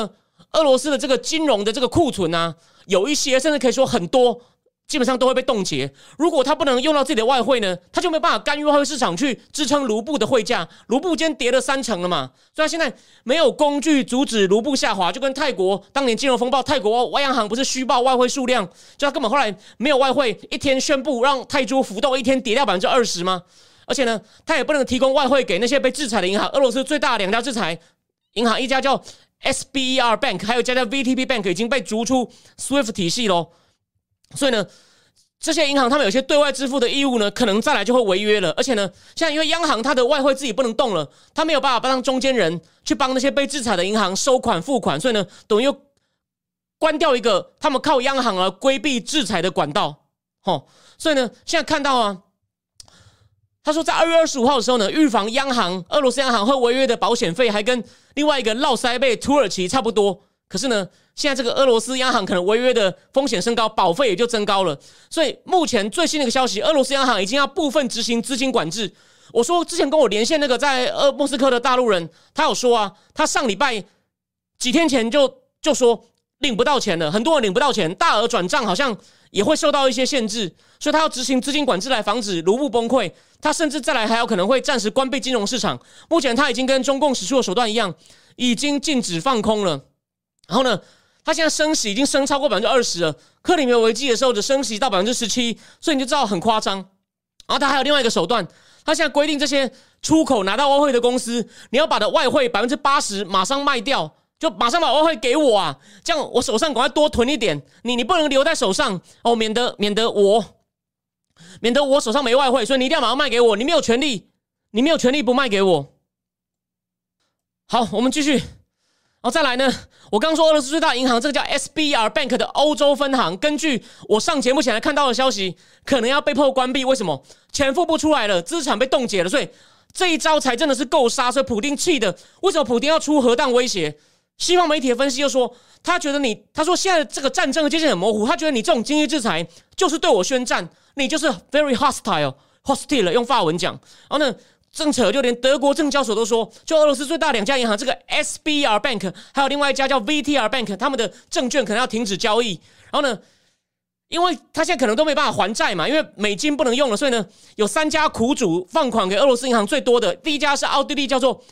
S1: 俄罗斯的这个金融的这个库存啊，有一些甚至可以说很多，基本上都会被冻结。如果他不能用到自己的外汇呢，他就没办法干预外汇市场去支撑卢布的汇价。卢布今天跌了三成了嘛，所以他现在没有工具阻止卢布下滑，就跟泰国当年金融风暴，泰国外央行不是虚报外汇数量，就他根本后来没有外汇，一天宣布让泰铢浮动，一天跌掉百分之二十吗？而且呢，他也不能提供外汇给那些被制裁的银行。俄罗斯最大的两家制裁银行，一家叫 S B E R Bank， 还有一家叫 V T B Bank， 已经被逐出 S W I F T 体系咯。所以呢，这些银行他们有些对外支付的义务呢，可能再来就会违约了。而且呢，现在因为央行它的外汇自己不能动了，它没有办法帮中间人去帮那些被制裁的银行收款付款，所以呢，等于又关掉一个他们靠央行而规避制裁的管道。齁，所以呢，现在看到啊，他说在二月二十五号的时候呢，预防央行俄罗斯央行会违约的保险费还跟另外一个落塞贝土耳其差不多。可是呢，现在这个俄罗斯央行可能违约的风险升高，保费也就增高了。所以目前最新的一个消息，俄罗斯央行已经要部分执行资金管制。我说之前跟我连线那个在呃莫斯科的大陆人，他有说啊，他上礼拜几天前就就说领不到钱了，很多人领不到钱，大额转账好像也会受到一些限制，所以他要执行资金管制来防止卢布崩溃。他甚至再来还有可能会暂时关闭金融市场。目前他已经跟中共使出的手段一样，已经禁止放空了。然后呢，他现在升息已经升超过百分之二十了。克里米亚危机的时候就升息到百分之十七，所以你就知道很夸张。然后他还有另外一个手段，他现在规定这些出口拿到外汇的公司，你要把的外汇百分之八十马上卖掉，就马上把外汇给我啊，这样我手上赶快多囤一点。你你不能留在手上哦，免得免得我免得我手上没外汇，所以你一定要马上卖给我。你没有权利，你没有权利不卖给我。好，我们继续。然后再来呢，我刚说俄罗斯最大银行这个叫 S B R Bank 的欧洲分行，根据我上节目前来看到的消息，可能要被迫关闭。为什么？钱付不出来了，资产被冻结了，所以这一招才真的是够杀。所以普丁气的，为什么普丁要出核弹威胁？西方媒体的分析就说，他觉得你，他说现在这个战争的界限很模糊，他觉得你这种经济制裁就是对我宣战，你就是 very hostile hostile 用法文讲。然后呢，正扯就连德国证交所都说，就俄罗斯最大两家银行，这个 S B R Bank 还有另外一家叫 V T R Bank， 他们的证券可能要停止交易。然后呢，因为他现在可能都没办法还债嘛，因为美金不能用了，所以呢，有三家苦主放款给俄罗斯银行最多的，第一家是奥地利叫做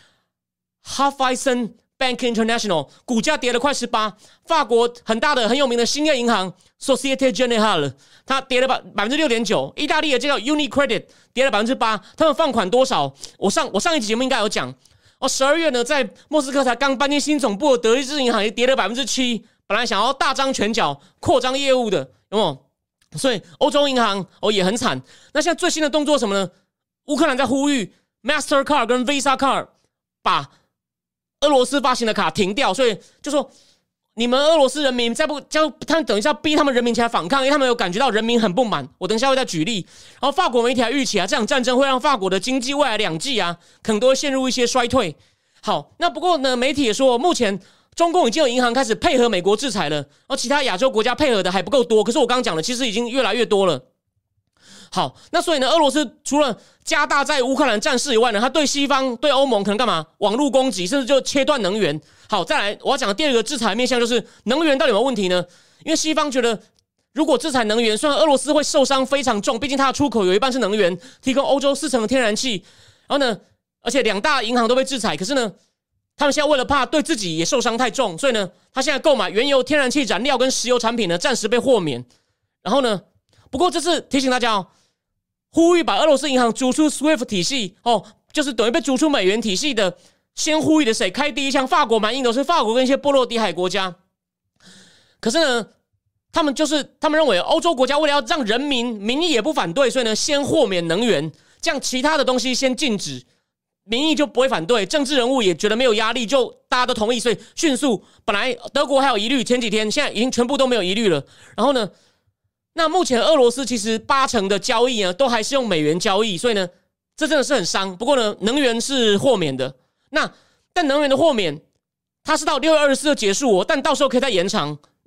S1: Raiffeisen Bank International， 股价跌了快十八。法国很大的很有名的兴业银行 Societe Generale， 它跌了百分之六点九。意大利的这叫 UniCredit 跌了百分之八。他们放款多少？我上我上一集节目应该有讲哦。十二月呢，在莫斯科才刚搬进新总部的德意志银行也跌了百分之七。本来想要大张拳脚扩张业务的，有没有？所以欧洲银行哦也很惨。那现在最新的动作是什么呢？乌克兰在呼吁 Mastercard 跟 Visa Card 把俄罗斯发行的卡停掉，所以就说你们俄罗斯人民再不将他们等一下逼他们人民起来反抗，因为他们有感觉到人民很不满。我等一下会再举例。然后法国媒体还预期啊，这场战争会让法国的经济未来两季啊，可能都会陷入一些衰退。好，那不过呢，媒体也说，目前中共已经有银行开始配合美国制裁了，而其他亚洲国家配合的还不够多。可是我刚刚讲的，其实已经越来越多了。好，那所以呢，俄罗斯除了加大在乌克兰战事以外呢，他对西方、对欧盟可能干嘛？网络攻击，甚至就切断能源。好，再来我要讲的第二个制裁面向就是能源到底有没有问题呢？因为西方觉得，如果制裁能源，虽然俄罗斯会受伤非常重，毕竟它的出口有一半是能源，提供欧洲四成的天然气。然后呢，而且两大银行都被制裁，可是呢，他们现在为了怕对自己也受伤太重，所以呢，他现在购买原油、天然气、燃料跟石油产品呢，暂时被豁免。然后呢，不过这次提醒大家哦。呼吁把俄罗斯银行逐出 S W I F T 体系哦，就是等于被逐出美元体系的，先呼吁的谁开第一枪？法国蛮硬的，是法国跟一些波罗的海国家。可是呢，他们就是他们认为欧洲国家为了要让人民民意也不反对，所以呢，先豁免能源，这样其他的东西先禁止，民意就不会反对，政治人物也觉得没有压力，就大家都同意，所以迅速。本来德国还有疑虑，前几天现在已经全部都没有疑虑了。然后呢？那目前俄罗斯其实八成的交易呢，都还是用美元交易，所以呢，这真的是很伤。不过呢，能源是豁免的。那但能源的豁免，它是到六月二十四就结束哦，但到时候可以再延长。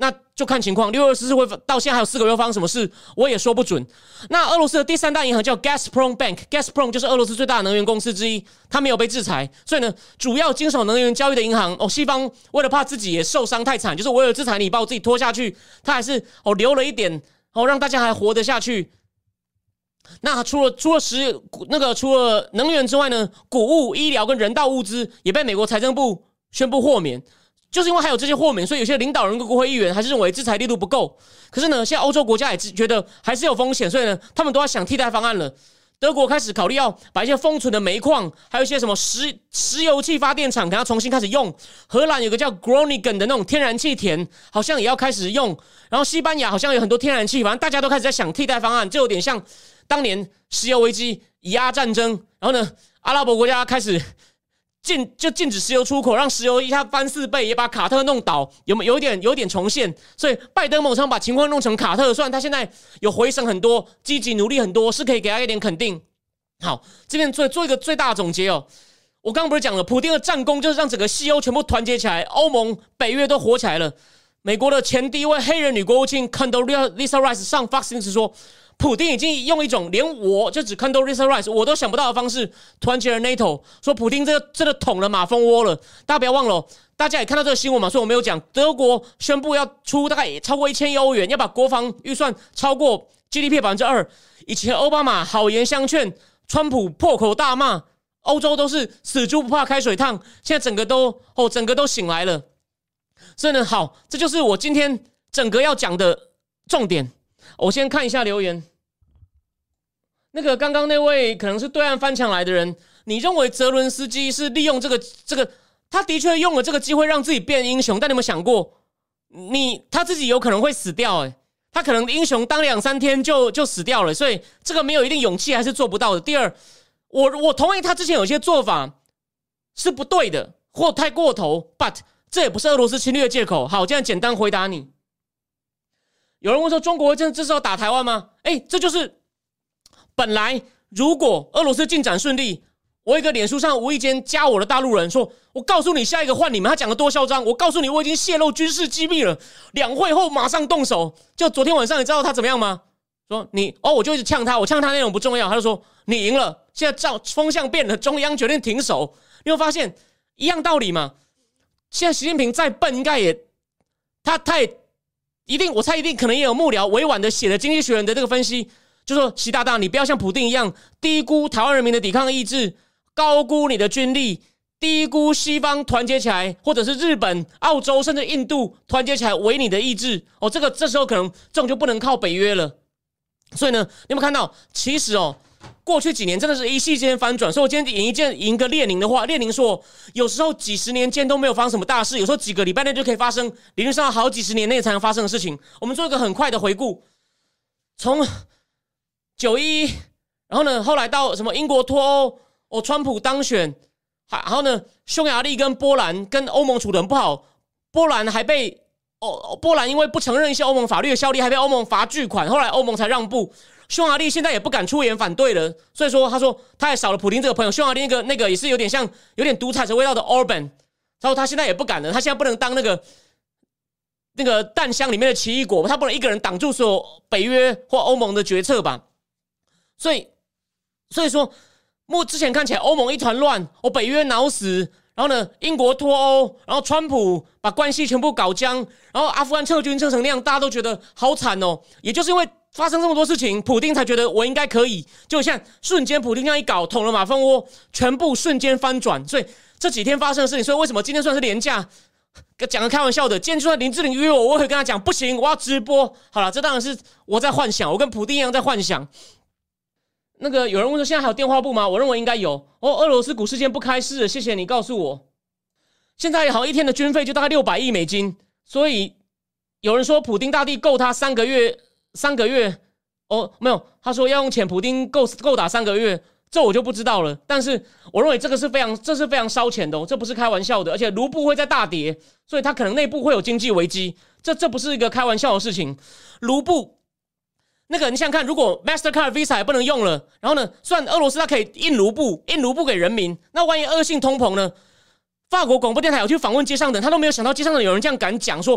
S1: 那就看情况，六月二十四会到现在还有四个月发生什么事，我也说不准。那俄罗斯的第三大银行叫 Gazprom Bank，Gazprom 就是俄罗斯最大的能源公司之一，它没有被制裁，所以呢，主要经手能源交易的银行哦，西方为了怕自己也受伤太惨，就是我有制裁你，把我自己拖下去，它还是哦留了一点哦，让大家还活得下去。那除了除了石那个除了能源之外呢，谷物、医疗跟人道物资也被美国财政部宣布豁免。就是因为还有这些豁免，所以有些领导人跟国会议员还是认为制裁力度不够。可是呢，现在欧洲国家也觉得还是有风险，所以呢，他们都要想替代方案了。德国开始考虑要把一些封存的煤矿，还有一些什么石石油气发电厂，可能要重新开始用。荷兰有个叫 Groningen 的那种天然气田，好像也要开始用。然后西班牙好像有很多天然气，反正大家都开始在想替代方案，就有点像当年石油危机、以阿战争，然后呢，阿拉伯国家开始。禁就禁止石油出口，让石油一下翻四倍，也把卡特弄倒，有没有一点有一点重现？所以拜登某常把情况弄成卡特，虽然他现在有回升很多，积极努力很多，是可以给他一点肯定。好，这边做做一个最大的总结哦。我刚刚不是讲了，普丁的战功就是让整个西欧全部团结起来，欧盟、北约都火起来了。美国的前第一位黑人女国务卿 Condoleezza Rice 上 Fox News 说。普丁已经用一种连我就只 Condoleezza Rice 我都想不到的方式团结了 NATO， 说普丁这个真的捅了马蜂窝了。大家不要忘了、哦，大家也看到这个新闻嘛，所以我没有讲。德国宣布要出大概超过一千亿欧元，要把国防预算超过 G D P 百分之二。以前奥巴马好言相劝，川普破口大骂，欧洲都是死猪不怕开水烫，现在整个都哦整个都醒来了。所以呢，好，这就是我今天整个要讲的重点。我先看一下留言。那个刚刚那位可能是对岸翻墙来的人，你认为泽伦斯基是利用这个这个，他的确用了这个机会让自己变英雄，但你有没有想过，你他自己有可能会死掉、欸？哎，他可能英雄当两三天就就死掉了，所以这个没有一定勇气还是做不到的。第二，我我同意他之前有些做法是不对的或太过头 ，but 这也不是俄罗斯侵略的借口。好，这样简单回答你。有人问说，中国真的这时候打台湾吗？哎，这就是。本来如果俄罗斯进展顺利，我一个脸书上无意间加我的大陆人说，我告诉你下一个换你们，他讲得多嚣张，我告诉你我已经泄露军事机密了，两会后马上动手。就昨天晚上你知道他怎么样吗？说你哦，我就一直呛他，我呛他内容不重要，他就说你赢了，现在照风向变了，中央决定停手。你会发现一样道理嘛？现在习近平再笨，应该也他他也一定，我猜一定可能也有幕僚委婉的写了《经济学人》的这个分析。就说习大大，你不要像普丁一样低估台湾人民的抵抗意志，高估你的军力，低估西方团结起来，或者是日本、澳洲甚至印度团结起来为你的意志。哦，这个这时候可能这种就不能靠北约了。所以呢，你有没有看到？其实哦，过去几年真的是一夕间翻转。所以我今天引一件引一个列宁的话，列宁说，有时候几十年间都没有发生什么大事，有时候几个礼拜内就可以发生，理论上好几十年内才能发生的事情。我们做一个很快的回顾，从九一一，然后呢，后来到什么英国脱欧，哦，川普当选，然后呢，匈牙利跟波兰跟欧盟处得很不好，波兰还被哦，波兰因为不承认一些欧盟法律的效力，还被欧盟罚巨款，后来欧盟才让步。匈牙利现在也不敢出言反对了，所以说他说他也少了普丁这个朋友。匈牙利那个那个也是有点像有点独裁者味道的 Orban， 然后他现在也不敢了，他现在不能当那个。那个弹箱里面的奇异果，他不能一个人挡住所有北约或欧盟的决策吧？所以，所以说，目之前看起来欧盟一团乱，哦，北约挠死，然后呢，英国脱欧，然后川普把关系全部搞僵，然后阿富汗撤军撤成那样，大家都觉得好惨哦。也就是因为发生这么多事情，普丁才觉得我应该可以，就像瞬间普丁这样一搞，捅了马蜂窝，全部瞬间翻转。所以这几天发生的事情，所以为什么今天算是连假？讲个开玩笑的，今天就算林志玲约我，我会跟他讲不行，我要直播。好了，这当然是我在幻想，我跟普丁一样在幻想。那个有人问说现在还有电话簿吗？我认为应该有。哦，俄罗斯股市间不开市了，谢谢你告诉我。现在好像一天的军费就大概六百亿美金，所以有人说普丁大帝够他三个月，三个月哦没有，他说要用钱，普丁够够打三个月。这我就不知道了，但是我认为这个是非常，这是非常烧钱的、哦，这不是开玩笑的，而且卢布会在大跌，所以它可能内部会有经济危机，这这不是一个开玩笑的事情。卢布那个你想想看，如果 Mastercard、Visa 也不能用了，然后呢，虽然俄罗斯它可以印卢布，印卢布给人民，那万一恶性通膨呢？法国广播电台有去访问街上的人，他都没有想到街上的有人这样敢讲说，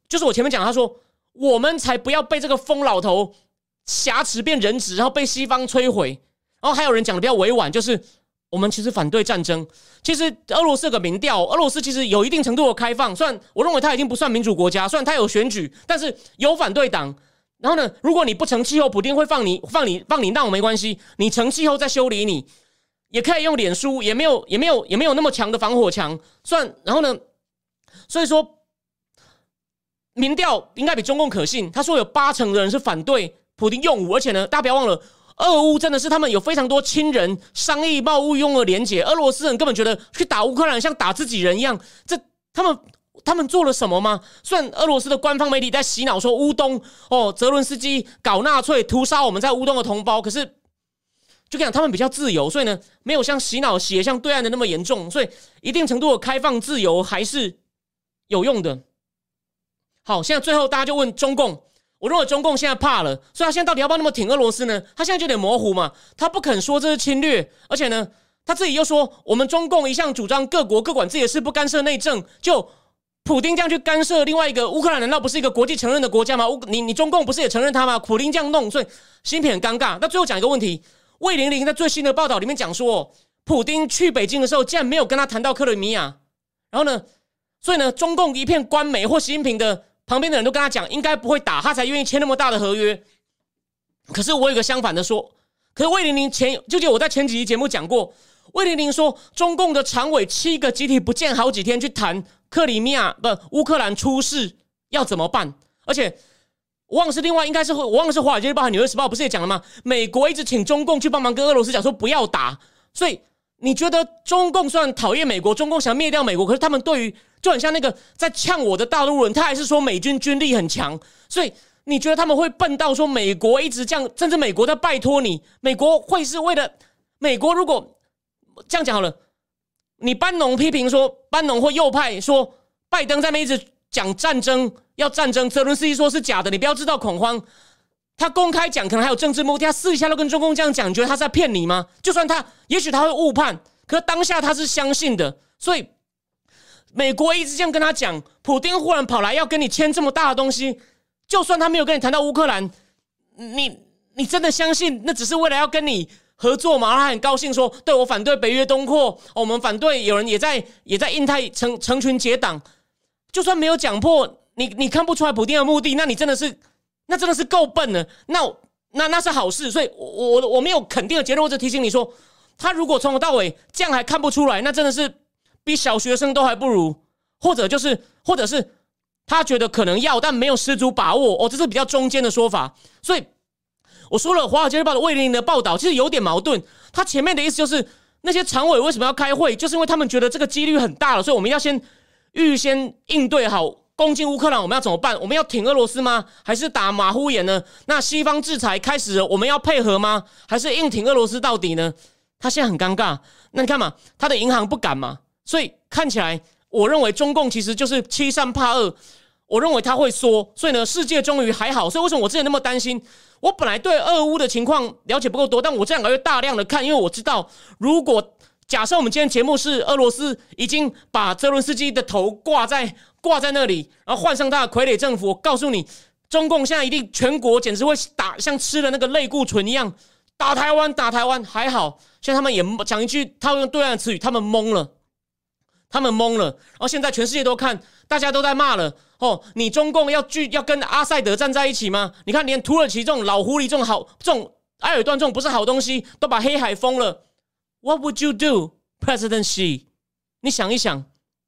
S1: 就是我前面讲，他说我们才不要被这个疯老头挟持变人质，然后被西方摧毁。然后还有人讲的比较委婉，就是我们其实反对战争。其实俄罗斯有个民调，俄罗斯其实有一定程度的开放，虽然我认为它已经不算民主国家，虽然它有选举，但是有反对党。然后呢，如果你不成气候，普丁会放你放你放你闹没关系，你成气候再修理你，也可以用脸书，也没有也没有也没有那么强的防火墙。算然后呢，所以说民调应该比中共可信。他说有八成的人是反对普丁用武，而且呢，大家不要忘了。俄乌真的是他们有非常多亲人商议贸易用的连结，俄罗斯人根本觉得去打乌克兰像打自己人一样，这他们他们做了什么吗？虽然俄罗斯的官方媒体在洗脑说乌东哦，泽伦斯基搞纳粹屠杀我们在乌东的同胞，可是就跟你讲他们比较自由，所以呢没有像洗脑洗得像对岸的那么严重，所以一定程度的开放自由还是有用的。好，现在最后大家就问中共。我认为中共现在怕了，所以他现在到底要不要那么挺俄罗斯呢？他现在就有点模糊嘛，他不肯说这是侵略，而且呢，他自己又说我们中共一向主张各国各管自己的事，不干涉内政。就普丁这样去干涉另外一个乌克兰，难道不是一个国际承认的国家吗？你你中共不是也承认他吗？普丁这样弄，所以芯片很尴尬。那最后讲一个问题，魏玲玲在最新的报道里面讲说，普丁去北京的时候竟然没有跟他谈到克里米亚，然后呢，所以呢，中共一片官媒或习近平的。旁边的人都跟他讲，应该不会打，他才愿意签那么大的合约。可是我有一个相反的说，可是魏玲玲前，就记得我在前几集节目讲过，魏玲玲说，中共的常委七个集体不见好几天去谈克里米亚不乌克兰出事要怎么办，而且我忘了是另外应该是我忘了是华尔街日报和纽约时报不是也讲了吗？美国一直请中共去帮忙跟俄罗斯讲说不要打，所以你觉得中共虽然讨厌美国，中共想灭掉美国，可是他们对于就很像那个在呛我的大陆人，他还是说美军军力很强，所以你觉得他们会笨到说美国一直这样，甚至美国在拜托你，美国会是为了美国如果这样讲好了，你班农批评说班农或右派说拜登在那边一直讲战争要战争，泽伦斯基说是假的，你不要制造恐慌。他公开讲可能还有政治目的，他私底下都跟中共这样讲，你觉得他是在骗你吗？就算他也许他会误判，可是当下他是相信的，所以美国一直这样跟他讲，普丁忽然跑来要跟你签这么大的东西，就算他没有跟你谈到乌克兰，你你真的相信那只是为了要跟你合作吗？他很高兴说，对，我反对北约东扩，我们反对有人也在也在印太成成群结党，就算没有讲破，你你看不出来普丁的目的，那你真的是那真的是够笨了，那那那是好事，所以我我我没有肯定的结论，我只提醒你说，他如果从头到尾这样还看不出来，那真的是比小学生都还不如，或者就是，或者是他觉得可能要，但没有十足把握哦，这是比较中间的说法。所以我说了，《华尔街日报》的魏玲玲的报道其实有点矛盾。他前面的意思就是，那些常委为什么要开会，就是因为他们觉得这个几率很大了，所以我们要先预先应对好攻进乌克兰，我们要怎么办？我们要挺俄罗斯吗？还是打马虎眼呢？那西方制裁开始了，我们要配合吗？还是硬挺俄罗斯到底呢？他现在很尴尬。那你看嘛，他的银行不敢嘛。所以看起来，我认为中共其实就是欺善怕恶。我认为他会缩，所以呢，世界终于还好。所以为什么我之前那么担心？我本来对俄乌的情况了解不够多，但我这两个月大量的看，因为我知道，如果假设我们今天节目是俄罗斯已经把泽伦斯基的头挂在挂在那里，然后换上他的傀儡政府，我告诉你，中共现在一定全国简直会打像吃了那个类固醇一样，打台湾打台湾。还好，现在他们也讲一句，他用对岸的词语，他们懵了。他们懵了，然后现在全世界都看，大家都在骂了哦。你中共要拒要跟阿塞德站在一起吗？你看，连土耳其这种老狐狸、这种好、这种埃尔段这种不是好东西，都把黑海封了。What would you do, President Xi？ 你想一想。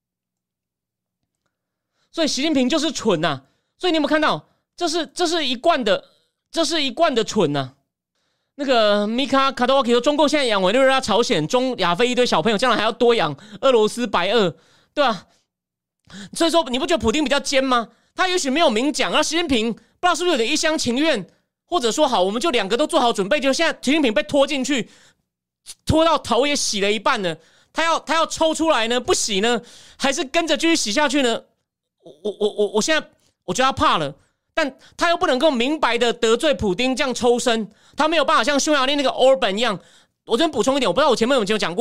S1: 所以习近平就是蠢呐、啊。所以你有没有看到？这是这是一贯的，这是一贯的蠢呐、啊。那个米卡卡多瓦基说，中共现在养委内瑞拉、朝鲜、中亚非一堆小朋友，将来还要多养俄罗斯白俄，对吧？所以说，你不觉得普丁比较奸吗？他也许没有明讲，而习近平不知道是不是有点一厢情愿，或者说好，我们就两个都做好准备，就现在习近平被拖进去，拖到头也洗了一半了，他要他要抽出来呢，不洗呢，还是跟着继续洗下去呢？我我我我现在我觉得他怕了。但他又不能够明白的得罪普丁，这样抽身，他没有办法像匈牙利那个 Orban 一样。我这边补充一点，我不知道我前面有没有讲过，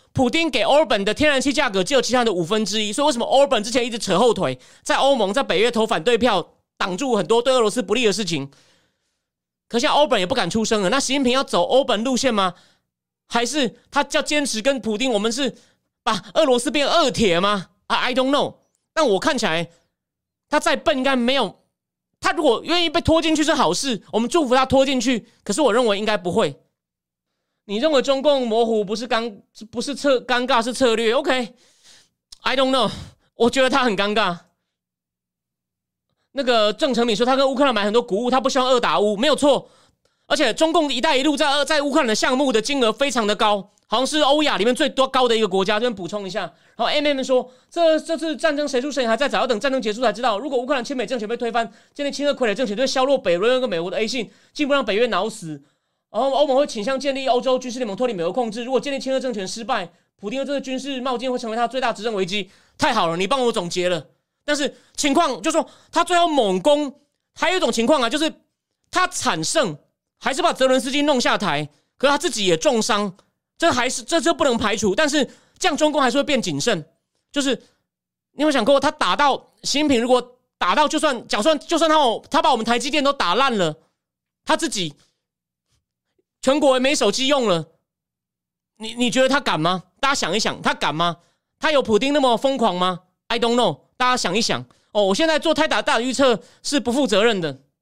S1: 普丁给欧本的天然气价格只有其他人的五分之一，所以为什么欧本之前一直扯后腿，在欧盟在北约投反对票，挡住很多对俄罗斯不利的事情？可现在欧本也不敢出声了。那习近平要走欧本路线吗？还是他要坚持跟普丁，我们是把俄罗斯变二铁吗？ I don't know。但我看起来，他再笨应该没有。他如果愿意被拖进去是好事，我们祝福他拖进去。可是我认为应该不会。你认为中共模糊不是尴不是策尴尬是策略 ？OK，I don't know。我觉得他很尴尬。那个郑成敏说他跟乌克兰买很多谷物，他不希望二打乌，没有错。而且中共“一带一路”在在乌克兰的项目的金额非常的高，好像是欧亚里面最多高的一个国家。这边补充一下。然后 M M 说，这这次战争谁输谁赢还在找，要等战争结束才知道。如果乌克兰亲美政权被推翻，建立亲俄傀儡政权，就会削弱北约跟美国的 A 信，进一步让北约挠死。然后欧盟会倾向建立欧洲军事联盟，脱离美国控制。如果建立亲俄政权失败，普丁的这个军事冒进会成为他最大执政危机。太好了，你帮我总结了。但是情况就是说，他最后猛攻，还有一种情况啊，就是他惨胜。还是把泽伦斯基弄下台，可是他自己也重伤，这还是这这不能排除。但是这样中共还是会变谨慎。就是你有想过，他打到习近平，如果打到就算，假算就算他他把我们台积电都打烂了，他自己全国也没手机用了，你你觉得他敢吗？大家想一想，他敢吗？他有普丁那么疯狂吗 ？I don't know。大家想一想。哦，我现在做太大大的预测是不负责任的。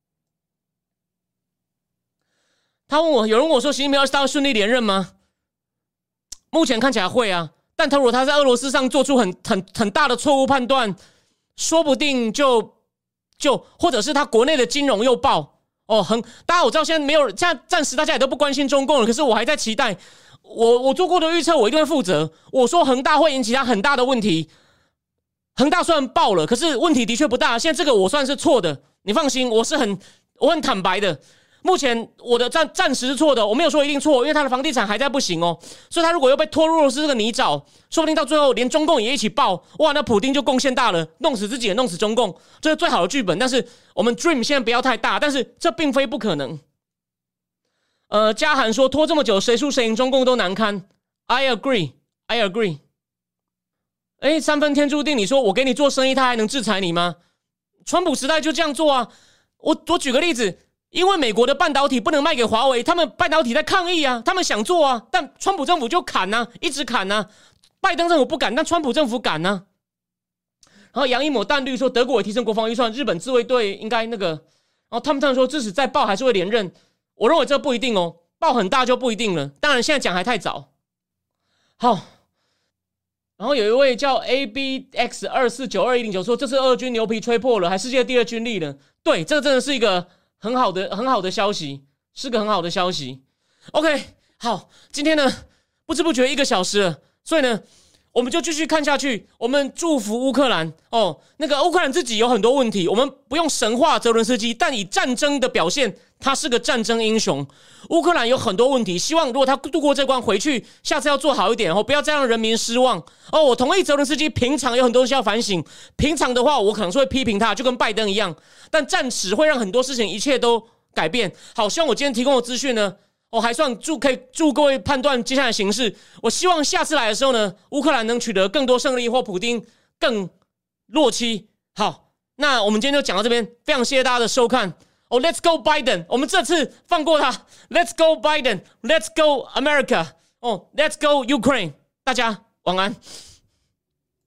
S1: 他问我，有人问我说，习近平二十大会顺利连任吗？目前看起来会啊，但他如果他在俄罗斯上做出很很很大的错误判断，说不定就就或者是他国内的金融又爆哦，很大家我知道现在没有，现在暂时大家也都不关心中共了，可是我还在期待，我我做过的预测我一定会负责。我说恒大会引起他很大的问题，恒大虽然爆了，可是问题的确不大。现在这个我算是错的，你放心，我是很我很坦白的。目前我的暂暂时是错的，我没有说一定错，因为他的房地产还在不行哦，所以他如果又被拖入俄罗斯这个泥沼，说不定到最后连中共也一起爆，哇，那普丁就贡献大了，弄死自己也弄死中共，这是最好的剧本。但是我们 dream 现在不要太大，但是这并非不可能。呃，嘉涵说拖这么久，谁输谁赢，中共都难堪。I agree, I agree。哎，三分天注定，你说我给你做生意，他还能制裁你吗？川普时代就这样做啊。我我举个例子。因为美国的半导体不能卖给华为，他们半导体在抗议啊，他们想做啊，但川普政府就砍啊，一直砍啊。拜登政府不敢，但川普政府敢啊。然后杨一抹淡绿说，德国也提升国防预算，日本自卫队应该那个。然后他们这样说，即使再爆还是会连任。我认为这不一定哦，爆很大就不一定了。当然现在讲还太早。好，然后有一位叫 A B X 二四九二一零九说，这次俄军牛皮吹破了，还世界第二军力了。对，这真的是一个。很好的很好的消息，是个很好的消息。OK， 好，今天呢不知不觉一个小时了，所以呢我们就继续看下去。我们祝福乌克兰哦，那个乌克兰自己有很多问题，我们不用神化泽伦斯基，但以战争的表现，他是个战争英雄。乌克兰有很多问题，希望如果他度过这关回去，下次要做好一点哦，不要再让人民失望哦。我同意泽伦斯基平常有很多东西要反省，平常的话我可能是会批评他，就跟拜登一样，但战时会让很多事情一切都改变。好，希望我今天提供的资讯呢，我、哦、还算助可以助各位判断接下来的形势。我希望下次来的时候呢，乌克兰能取得更多胜利，或普丁更弱妻。好，那我们今天就讲到这边，非常谢谢大家的收看。哦、oh, ，Let's go Biden！ 我们这次放过他 ，Let's go Biden！Let's go America！ 哦、oh, ，Let's go Ukraine！ 大家晚安。